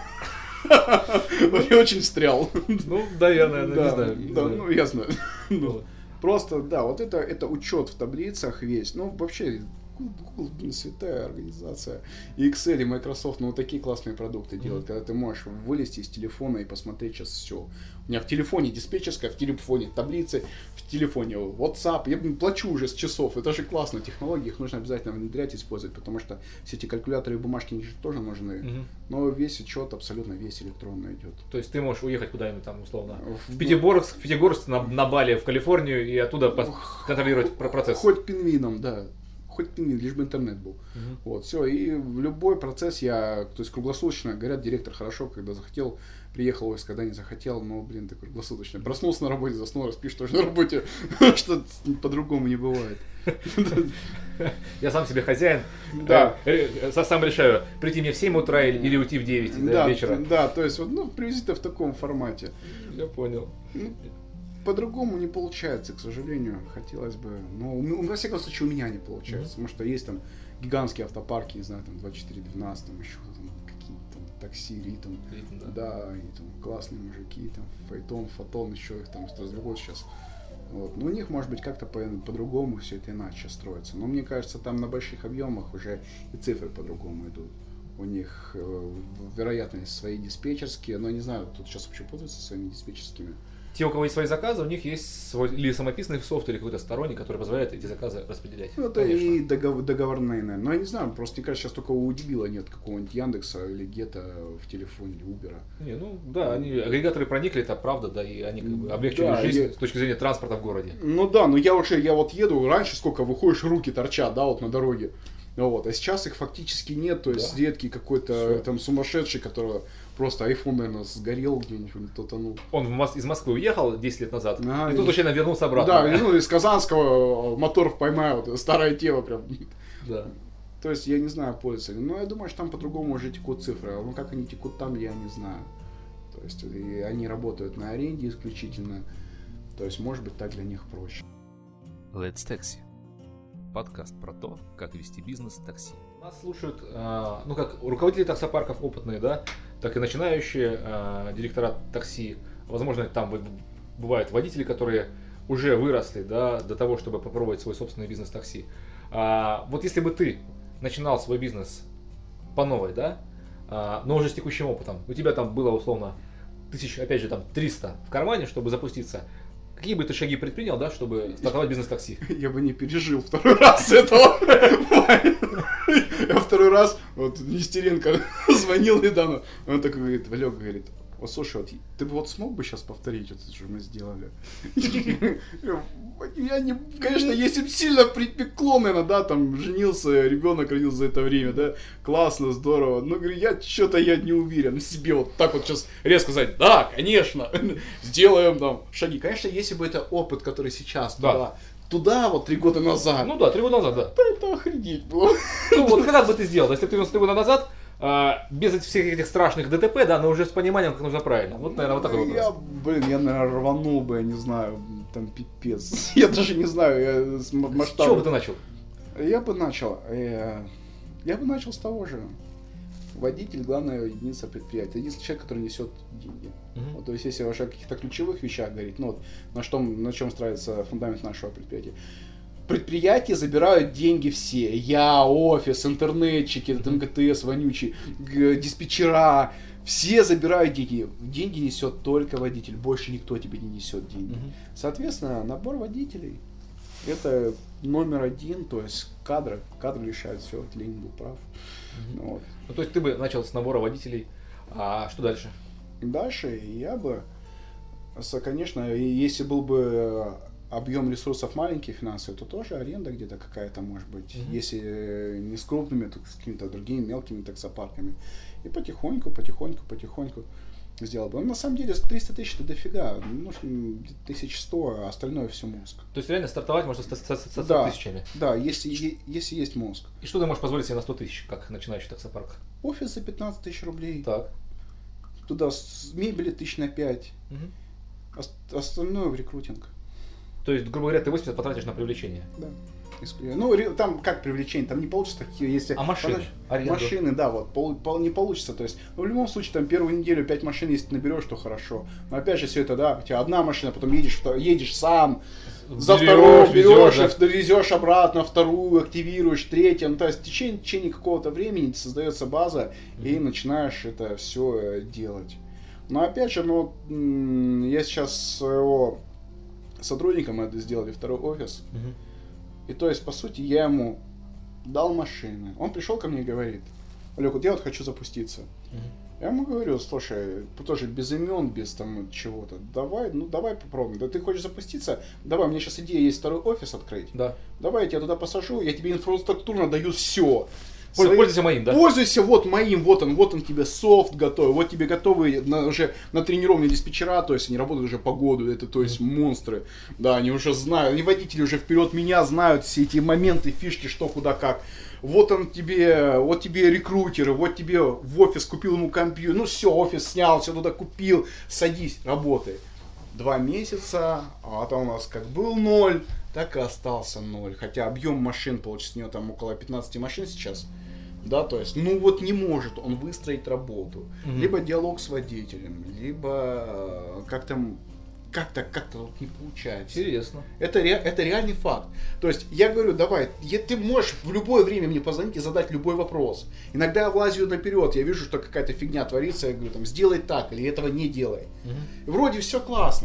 Он очень встрял. Ну, да, я, наверное, не знаю. Да, ну, я знаю. Просто, да, вот это, это учет в таблицах весь. Ну, вообще, Google, блин, святая организация. И Excel, и Microsoft, ну, вот такие классные продукты делают, mm-hmm. когда ты можешь вылезти из телефона и посмотреть сейчас все. У меня в телефоне диспетчерская, в телефоне таблицы, в телефоне WhatsApp. Я плачу уже с часов. Это же классно. Технологии, их нужно обязательно внедрять, использовать, потому что все эти калькуляторы и бумажки, они же тоже нужны. Mm-hmm. Но весь учет абсолютно весь электронно идет. То есть ты можешь уехать куда-нибудь там, условно, в Пятигорск, в Пятигорск на, на Бали, в Калифорнию, и оттуда контролировать процесс. Хоть пингвином, да. Хоть пингвин, лишь бы интернет был. Uh-huh. Вот, все. И в любой процесс я, то есть круглосуточно, говорят, директор хорошо, когда захотел, приехал, ось, когда не захотел, но, блин, ты круглосуточно. Проснулся на работе, заснул, распишь тоже на работе, что по-другому не бывает. Я сам себе хозяин. Да. Сам решаю, прийти мне в семь утра или уйти в девять вечера. Да, то есть, ну, привези-то в таком формате. Я понял. По-другому не получается, к сожалению, хотелось бы, но, ну, во всяком случае, у меня не получается, mm-hmm. потому что есть там гигантские автопарки, не знаю, там двадцать четыре двенадцать, там еще там какие-то там такси, ритм, ритм да. да, и там классные мужики, там файтон, фотон, еще их там разработают сейчас. Вот. Но у них, может быть, как-то по- по-другому все это иначе строится. Но мне кажется, там на больших объемах уже и цифры по-другому идут. У них, э, вероятно, есть свои диспетчерские, но не знаю, тут сейчас вообще пользуются своими диспетчерскими. Те, у кого есть свои заказы, у них есть свой или самописный софт, или какой-то сторонний, который позволяет эти заказы распределять. Ну, это конечно. И договор, договорные, наверное. Но я не знаю, просто мне кажется, сейчас только у дебила нет какого-нибудь Яндекса или Гета в телефоне, или Убера. Не, ну да, они, агрегаторы проникли, это правда, да, и они как бы облегчили да, жизнь я... с точки зрения транспорта в городе. Ну да, но я уже, я вот еду, раньше сколько, выходишь, руки торчат, да, вот на дороге. Вот. А сейчас их фактически нет, то есть Да. редкий какой-то Всё. там сумасшедший, который просто iPhone, наверное, сгорел где-нибудь, тотанул. Он в Мос- из Москвы уехал десять лет назад, А, и и- тут случайно вернулся обратно. Да, ну из Казанского моторов поймают, старая тема прям. Да. То есть я не знаю, пользуются ли. Но я думаю, что там по-другому уже текут цифры. Ну как они текут там, я не знаю. То есть и они работают на аренде исключительно. То есть может быть так для них проще. Let's Taxi. Подкаст про то, как вести бизнес в такси. Нас слушают, а, ну как руководители таксопарков опытные, да, так и начинающие а, директора такси. Возможно, там вы- бывают водители, которые уже выросли, да, до того, чтобы попробовать свой собственный бизнес такси. А, вот если бы ты начинал свой бизнес по новой, да, а, но уже с текущим опытом, у тебя там было условно тысяч, опять же, там триста в кармане, чтобы запуститься. Какие бы ты шаги предпринял, да, чтобы стартовать бизнес такси? Я бы не пережил второй раз этого. Я второй раз, вот Нестеренко звонил недавно, он такой говорит, Валек, говорит, вот слушай, вот ты бы вот смог бы сейчас повторить, вот что мы сделали? Я не, конечно, если бы сильно припекло, наверное, да, там женился, ребенок родился за это время, да, классно, здорово. Но говорю, я что-то я не уверен в себе, вот так вот сейчас резко сказать, да, конечно, сделаем там шаги. Конечно, если бы это опыт, который сейчас Да. туда, туда вот три года назад, Ну да, три года назад, да. да это охренеть было. Ну вот как бы ты сделал, если бы ты три года назад, а, без этих всех этих страшных ДТП, да, но уже с пониманием, как нужно правильно. Вот, наверное, вот такой Я, вопрос. блин, я, наверное, рванул бы, я не знаю, там пипец. Я даже не знаю, я с м- С чего бы масштабом. ты начал? Я бы начал, э, я бы начал с того же. Водитель, главная единица предприятия. Единственный человек, который несет деньги. Мгм. Вот, то есть, если вообще о каких-то ключевых вещах говорить, ну вот, на, что, на чем строится фундамент нашего предприятия. Предприятия забирают деньги все. Я, офис, интернетчики, этот эм ка тэ эс вонючий, г- диспетчера. Все забирают деньги. Деньги несет только водитель. Больше никто тебе не несет деньги. Мгм. Соответственно, набор водителей это номер один, то есть кадры. Кадры решают все. Вот Ленин был прав. Мгм. Ну вот. Ну, то есть ты бы начал с набора водителей, а что дальше? Дальше я бы, с- конечно, и если был бы объем ресурсов маленький финансовый, то тоже аренда где-то какая-то может быть. Мгм. Если э, не с крупными, то с какими-то другими мелкими таксопарками. И потихоньку, потихоньку, потихоньку сделал бы. Ну, на самом деле, триста тысяч это дофига. Ну, тысяч сто, а остальное все мозг. То есть реально стартовать можно с, с- с- со ста Да. тысячами. Да, если, е- если есть мозг. И что ты можешь позволить себе на сто тысяч, как начинающий таксопарк? Офис за пятнадцать тысяч рублей. Так. Туда с мебели тысяч на пять. Мгм. Ост- остальное в рекрутинг. То есть, грубо говоря, ты восемьдесят потратишь на привлечение. Да. Если- Ну, ре- там как привлечение, там не получится такие, если... А машины? Подожди, Аренду? Машины, да, вот, пол- пол- не получится, то есть, ну, в любом случае, там, первую неделю пять машин, если ты наберешь, то хорошо. Но, опять же, все это, да, у тебя одна машина, потом едешь, вто- едешь сам, за Берешь, вторую берешь, везёшь, и везешь обратно, вторую активируешь, третью, ну, то есть, в течение, в течение какого-то времени создается база, и начинаешь это все делать. Но, опять же, ну, м, я сейчас своего сотрудника, мы это сделали второй офис, Мгм. и то есть, по сути, я ему дал машины. Он пришел ко мне и говорит, Олег, вот я вот хочу запуститься. Мгм. Я ему говорю, слушай, тоже без имен, без там чего-то, давай, ну давай попробуем. Да ты хочешь запуститься? Давай, у меня сейчас идея есть второй офис открыть. Да. Давай я тебя туда посажу, я тебе инфраструктурно даю все. Пользуйся, пользуйся моим, да? Пользуйся вот моим, вот он, вот он тебе софт готовый, вот тебе готовые на, уже натренированные диспетчера, то есть они работают уже по году, это то есть монстры, да, они уже знают, они водители уже вперед меня знают все эти моменты, фишки, что, куда, как. Вот он тебе, вот тебе рекрутеры, вот тебе в офис купил ему компьютер, ну все, офис снял, все туда купил, садись, работай. Два месяца, а там у нас как был ноль, так и остался ноль. Хотя объем машин, получится, у него там около пятнадцати машин сейчас. Да, то есть, ну вот не может он выстроить работу. Мгм. Либо диалог с водителем, либо э, как-то как-то как-то вот не получается. Интересно. Это, ре- это реальный факт. То есть я говорю, давай, я- ты можешь в любое время мне позвонить и задать любой вопрос. Иногда я влазю наперед, я вижу, что какая-то фигня творится, я говорю, там, сделай так или этого не делай. Мгм. И вроде все классно.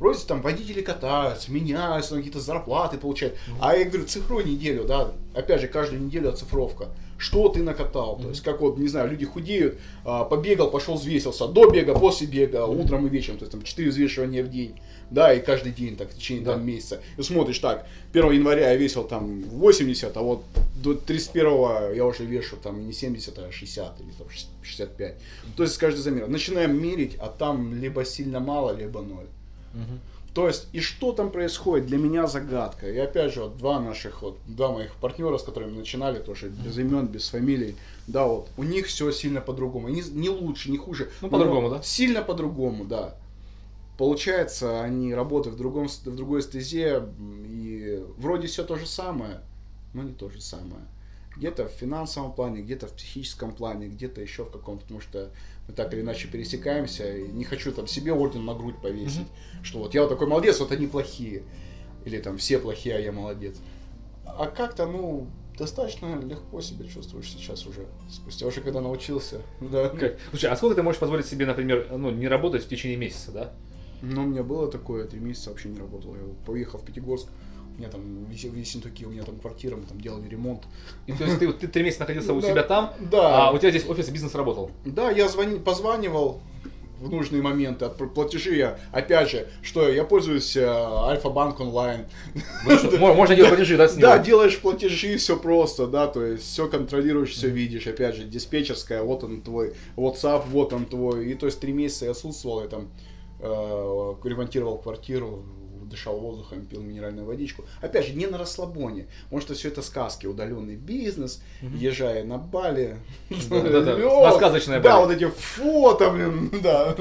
вроде там водители катаются, меняются, какие-то зарплаты получают. Mm-hmm. А я говорю, цифруй неделю, да, опять же, каждую неделю оцифровка. Что ты накатал? Mm-hmm. То есть, как вот, не знаю, люди худеют, побегал, пошел взвесился, до бега, после бега, mm-hmm. утром и вечером, то есть там четыре взвешивания в день. Да, и каждый день так в течение да. там, месяца. И смотришь так, первого января я весил там восемьдесят, а вот до тридцать первого я уже вешу там не семьдесят, а шестьдесят или там шестьдесят пять. То есть каждый замер. Начинаем мерить, а там либо сильно мало, либо ноль. Угу. То есть, и что там происходит, для меня загадка. И опять же, вот два наших, вот, два моих партнера, с которыми начинали, тоже без имен, без фамилий, да, вот, у них все сильно по-другому. Не, не лучше, не хуже. Ну, по-другому, да? Сильно по-другому, да. Получается, они работают в, другом, в другой стезе, и вроде все то же самое, но не то же самое. Где-то в финансовом плане, где-то в психическом плане, где-то еще в каком-то, потому что мы так или иначе пересекаемся, и не хочу там себе орден на грудь повесить, mm-hmm. что вот я вот такой молодец, вот они плохие, или там все плохие, а я молодец. А как-то, ну, достаточно легко себя чувствуешь сейчас уже, спустя уже когда научился. Да. Как? Слушай, а сколько ты можешь позволить себе, например, ну, не работать в течение месяца, да? Ну, у меня было такое, три месяца вообще не работал. Я поехал в Пятигорск, у меня там в Ессентуки, у меня там квартира, мы там делали ремонт. И то есть ты, ты три месяца находился у да, себя там, да. а у тебя здесь офис и бизнес работал? Да, я звони, позванивал в нужные моменты, от платежи я, опять же, что я пользуюсь э, Альфа-банк онлайн. Можно делать платежи, да, с него? Да, делаешь платежи, все просто, да, то есть все контролируешь, все видишь, опять же, диспетчерская, вот он твой, WhatsApp, вот он твой, и то есть три месяца я отсутствовал, я там ремонтировал квартиру, дышал воздухом, пил минеральную водичку. Опять же, не на расслабоне. Может, что все это сказки, удаленный бизнес, mm-hmm. езжая на Бали. На сказочное Бали. Да, вот эти фото, блин, да.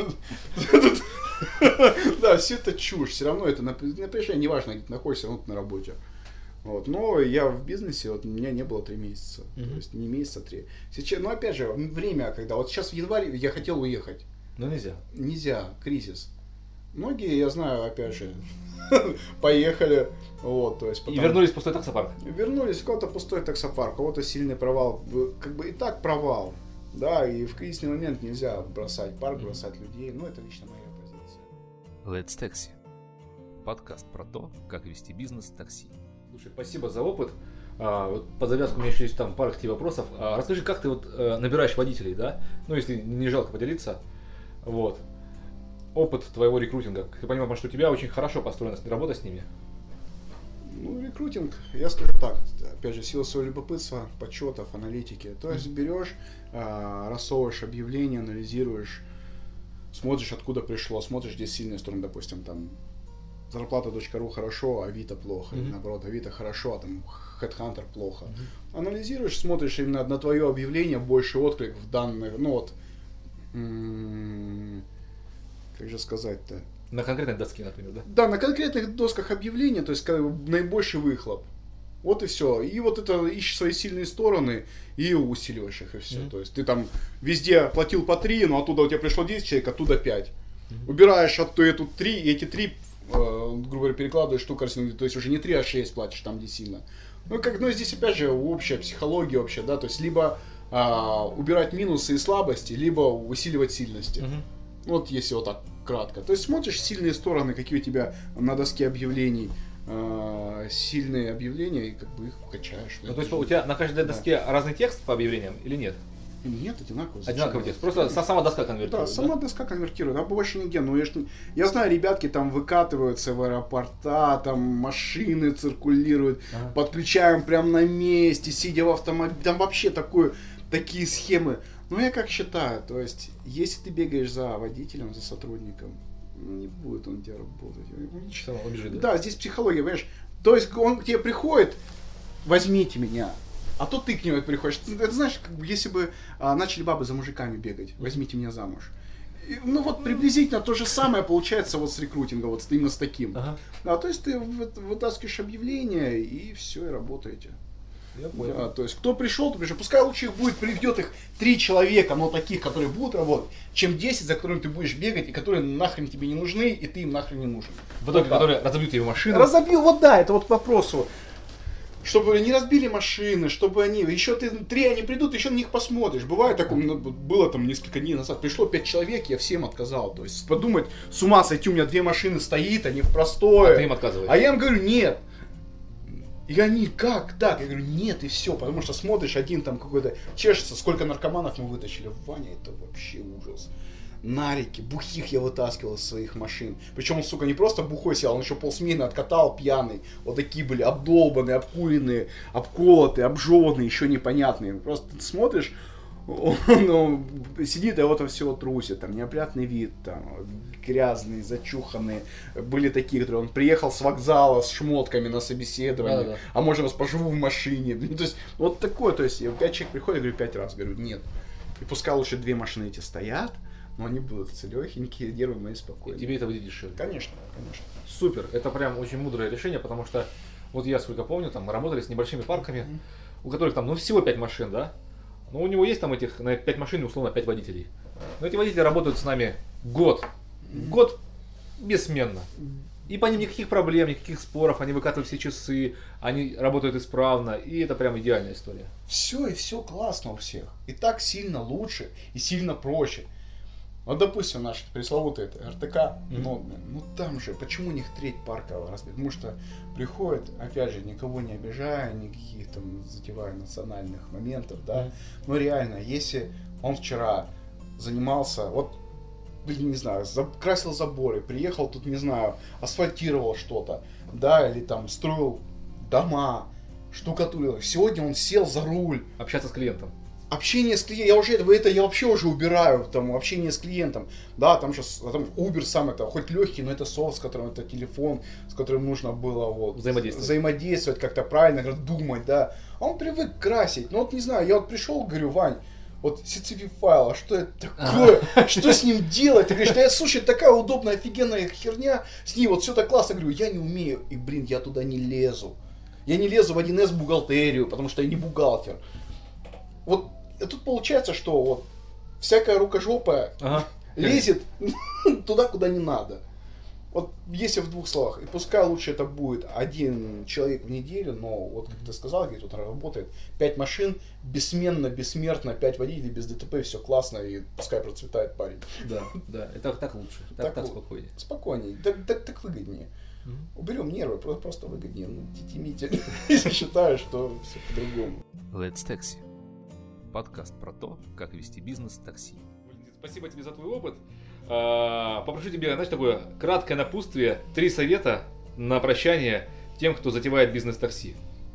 Да, все это чушь. Все равно это напряжение, неважно, где ты находишься, все равно ты на работе. Вот. Но я в бизнесе, вот у меня не было три месяца. Mm-hmm. То есть не месяца, а три. Сейчас, но опять же, время, когда вот сейчас в январе я хотел уехать. Но нельзя. Нельзя, кризис. Многие, я знаю, опять же, поехали. Вот, то есть, потом... И вернулись в пустой таксопарк. Вернулись в какой-то пустой таксопарк, у кого-то сильный провал. Как бы и так провал. Да, и в кризисный момент нельзя бросать парк, mm-hmm. бросать людей. Ну, это лично моя позиция. Let's Taxi. Подкаст про то, как вести бизнес в такси. Слушай, спасибо за опыт. А, вот под завязку у меня еще есть там пара к тебе вопросов. А, расскажи, как ты вот э, набираешь водителей, да? Ну, если не жалко поделиться. Вот. Опыт твоего рекрутинга. Ты понимаешь, что у тебя очень хорошо построена работа с ними? Ну, рекрутинг, я скажу так, опять же, сила своего любопытства, подсчетов, аналитики. То есть берешь, э, рассовываешь объявления, анализируешь, смотришь, откуда пришло, смотришь, где сильные стороны, допустим, там зарплата точка ру хорошо, а Авито плохо, mm-hmm. или наоборот, Авито хорошо, а там HeadHunter плохо. Mm-hmm. Анализируешь, смотришь именно на твое объявление, больше отклик в данных, ну вот, м- как же сказать-то? На конкретной доске, например, да? Да, на конкретных досках объявления, то есть как бы, наибольший выхлоп. Вот и все. И вот это ищешь свои сильные стороны и усиливаешь их, и все. Mm-hmm. То есть ты там везде платил по три, но оттуда у тебя пришло десять человек, оттуда пять. Mm-hmm. Убираешь оттуда эту три, и эти три, э, грубо говоря, перекладываешь в ту корзину, то есть уже не три, а шесть платишь там, где сильно. Ну, как, ну, здесь опять же общая психология вообще, да, то есть либо э, убирать минусы и слабости, либо усиливать сильности. Mm-hmm. Вот если вот так кратко. То есть смотришь сильные стороны, какие у тебя на доске объявлений, э, сильные объявления, и как бы их качаешь. Ну, то есть у тебя на каждой доске да. разный текст по объявлениям или нет? Нет, одинаковый. Одинаковый текст. Просто сама доска конвертирует. Да, сама да? доска конвертирует, а больше нигде. Ну, я, ж, я знаю, ребятки там выкатываются в аэропорта, там машины циркулируют, ага. подключаем прямо на месте, сидя в автомобиле. Там вообще такое, такие схемы. Ну, я как считаю, то есть, если ты бегаешь за водителем, за сотрудником, не будет он у тебя работать. Что он бежит, да? Да, здесь психология, понимаешь? То есть, он к тебе приходит, возьмите меня, а то ты к нему приходишь. Это знаешь, как бы, если бы а, начали бабы за мужиками бегать, возьмите меня замуж. И, ну, вот приблизительно то же самое получается вот с рекрутингом, вот именно с таким. Ага. А, то есть, ты вытаскиваешь объявление, и все, и работаете. Я понял. Да, то есть, кто пришел, то пришел. Пускай лучше их будет, приведет их три человека, но таких, которые будут работать, чем десять, за которыми ты будешь бегать, и которые нахрен тебе не нужны, и ты им нахрен не нужен. В итоге, вот которые разобьют тебе машину. Разобью, вот да, это вот к вопросу. чтобы не разбили машины, чтобы они, еще ты, три они придут, еще на них посмотришь. Бывает такое, ну, было там несколько дней назад, пришло пять человек, я всем отказал. То есть подумать, с ума сойти, у меня две машины стоит, они в простое. А ты им отказываешь? А я им говорю, нет. И они, как так? Я говорю, нет, и все, потому что смотришь, один там какой-то чешется, сколько наркоманов мы вытащили. Ваня, это вообще ужас. Нарики, бухих я вытаскивал из своих машин. Причем он, сука, не просто бухой сел, он еще полсмены откатал пьяный. Вот такие были обдолбанные, обкуренные, обколотые, обжеванные, еще непонятные. Просто ты смотришь, он, он сидит и вот все трусит, там неопрятный вид, там грязный, зачуханный. Были такие, которые он приехал с вокзала с шмотками на собеседование, Да-да-да. а может вас поживу в машине. Ну, то есть вот такое, то есть пять человек приходит, я говорю, пять раз, говорю, нет. И пускай лучше две машины эти стоят, но они будут целехенькие, нервы мои спокойные. Тебе это выйдет дешевле. Конечно, конечно. Супер, это прям очень мудрое решение, потому что вот я сколько помню, там мы работали с небольшими парками, mm-hmm. у которых там ну всего пять машин, да? Но у него есть там этих на пять машин, условно, пять водителей. Но эти водители работают с нами год. Mm-hmm. Год бессменно. И по ним никаких проблем, никаких споров, они выкатывают все часы, они работают исправно, и это прям идеальная история. Все и все классно у всех. И так сильно лучше, и сильно проще. Вот, допустим, наш пресловутый эр тэ ка, mm-hmm. модный, ну там же, почему у них треть парка разбит? Потому что приходят, опять же, никого не обижая, никаких там затевая национальных моментов, да. Mm-hmm. Но реально, если он вчера занимался, вот, блин, не знаю, красил заборы, приехал тут, не знаю, асфальтировал что-то, да, или там строил дома, штукатурил. Сегодня он сел за руль. Общаться с клиентом. Общение с клиентом, я уже это, это я вообще уже убираю, там, общение с клиентом, да, там сейчас, там, Uber сам это, хоть легкий, но это софт, с которым, это телефон, с которым нужно было, вот, взаимодействовать, взаимодействовать как-то правильно, думать, да, а он привык красить, ну, вот, не знаю, я вот пришел, говорю, Вань, вот, си си ви файл, а что это такое, что с ним делать, ты говоришь, да, слушай, такая удобная, офигенная херня, с ней вот все так классно, я говорю, я не умею, и, блин, я туда не лезу, я не лезу в один эс бухгалтерию, потому что я не бухгалтер, вот. И тут получается, что вот всякая рукожопая ага. лезет туда, куда не надо. Вот если в двух словах, и пускай лучше это будет один человек в неделю, но вот как ты сказал, говорит, вот работает пять машин, бессменно, бессмертно, пять водителей, без дэ тэ пэ, все классно, и пускай процветает парень. Да, да, это так лучше, так, так, так спокойнее. Спокойнее, так, так, так выгоднее. Mm-hmm. Уберем нервы, просто выгоднее. Ну, тити-мити, если считаешь, что все по-другому. Let's Taxi. Подкаст про то, как вести бизнес в такси. Спасибо тебе за твой опыт. Попрошу тебя, знаешь, такое краткое напутствие, три совета на прощание тем, кто затевает бизнес такси.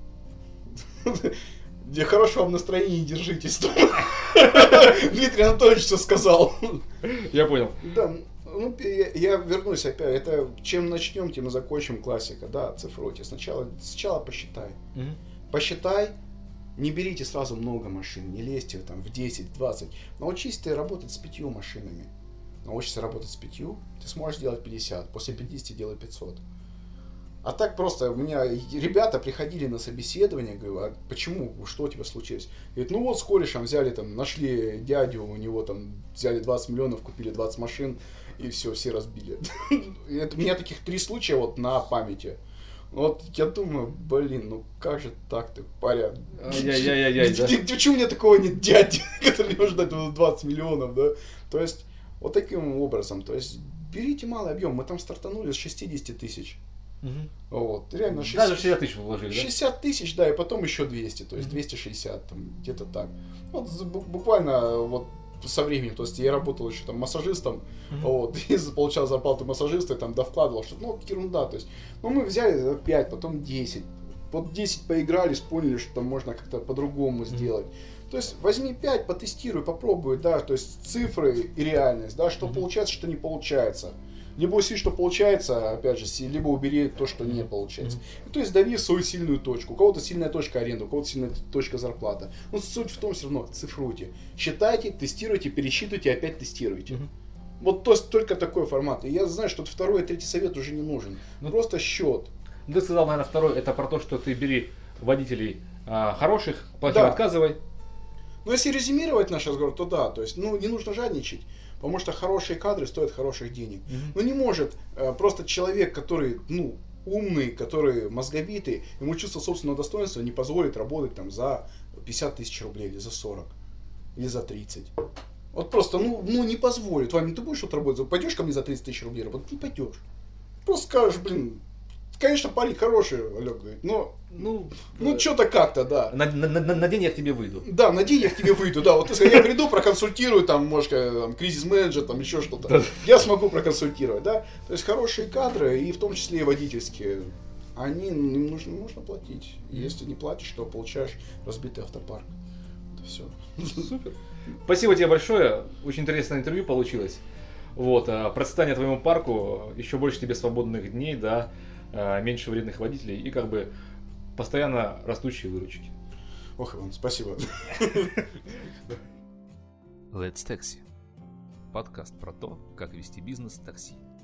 Для хорошего вам настроения держитесь. Дмитрий Анатольевич все сказал. Я понял. Да, ну я, я вернусь опять. Это чем начнем, тем и закончим, классика, да, цифруйте. Сначала, сначала посчитай. Угу. Посчитай. Не берите сразу много машин, не лезьте там в десять-двадцать. Научись ты работать с пятью машинами. Научишься работать с пятью, ты сможешь делать пятьдесят. После пятидесяти делай пятьсот. А так просто, у меня ребята приходили на собеседование, говорю, а почему, что у тебя случилось? Говорит, ну вот с корешем взяли там, нашли дядю, у него там взяли двадцать миллионов, купили двадцать машин, и все, все разбили. У меня таких три случая вот на памяти. Вот я думаю, блин, ну как же так-то, паря? Ай-яй-яй-яй, да? Почему у меня такого нет дяди, который не может дать двадцать миллионов, да? То есть, вот таким образом, то есть, берите малый объем, мы там стартанули с шестидесяти тысяч. Угу. Вот, реально шестьдесят, даже шестьдесят тысяч вложили, да? шестьдесят тысяч, да, и потом еще двести, то есть двести шестьдесят, там, где-то так. Вот буквально вот со временем, то есть я работал еще там массажистом, mm-hmm. вот, и получал зарплату массажиста, и там довкладывал что-то, ну, ерунда, то есть, ну, мы взяли пять, потом десять, вот десять поигрались, поняли, что там можно как-то по-другому mm-hmm. сделать. То есть возьми пять, потестируй, попробуй, да, то есть цифры и реальность, да, что mm-hmm. получается, что не получается. Либо усили, что получается, опять же, либо убери то, что не получается. Mm-hmm. То есть дави свою сильную точку. У кого-то сильная точка аренды, у кого-то сильная точка зарплата. Но суть в том, все равно цифруйте. Считайте, тестируйте, пересчитывайте, опять тестируйте. Mm-hmm. Вот то есть только такой формат. И я знаю, что второй и третий совет уже не нужен. Ну, просто счет. Ты сказал, наверное, второй, это про то, что ты бери водителей а, хороших, плохих да. отказывай. Но если резюмировать наш разговор, то да, то есть, ну, не нужно жадничать. Потому что хорошие кадры стоят хороших денег. Mm-hmm. Ну не может э, просто человек, который, ну, умный, который мозговитый, ему чувство собственного достоинства не позволит работать там за пятьдесят тысяч рублей или за сорок, или за тридцать. Вот просто, ну, ну не позволит. Ваня, ты будешь вот работать, пойдешь ко мне за тридцать тысяч рублей работать? Не пойдешь. Просто скажешь, блин, конечно, парень хороший, Олег говорит, но Ну, ну э, что-то как-то, да. на, на, на, на день я к тебе выйду. Да, на день я к тебе выйду, да. Вот если я приду, проконсультирую, там, может, там, кризис-менеджер, там, еще что-то. Я смогу проконсультировать, да. То есть хорошие кадры, и в том числе и водительские, они, им нужно, нужно платить. Если не платишь, то получаешь разбитый автопарк. Это все. Супер. Спасибо тебе большое. Очень интересное интервью получилось. Вот, а, процветания твоему парку, еще больше тебе свободных дней, да, а, меньше вредных водителей и как бы постоянно растущие выручки. Ох, Иван, спасибо. Let's Taxi. Подкаст про то, как вести бизнес такси.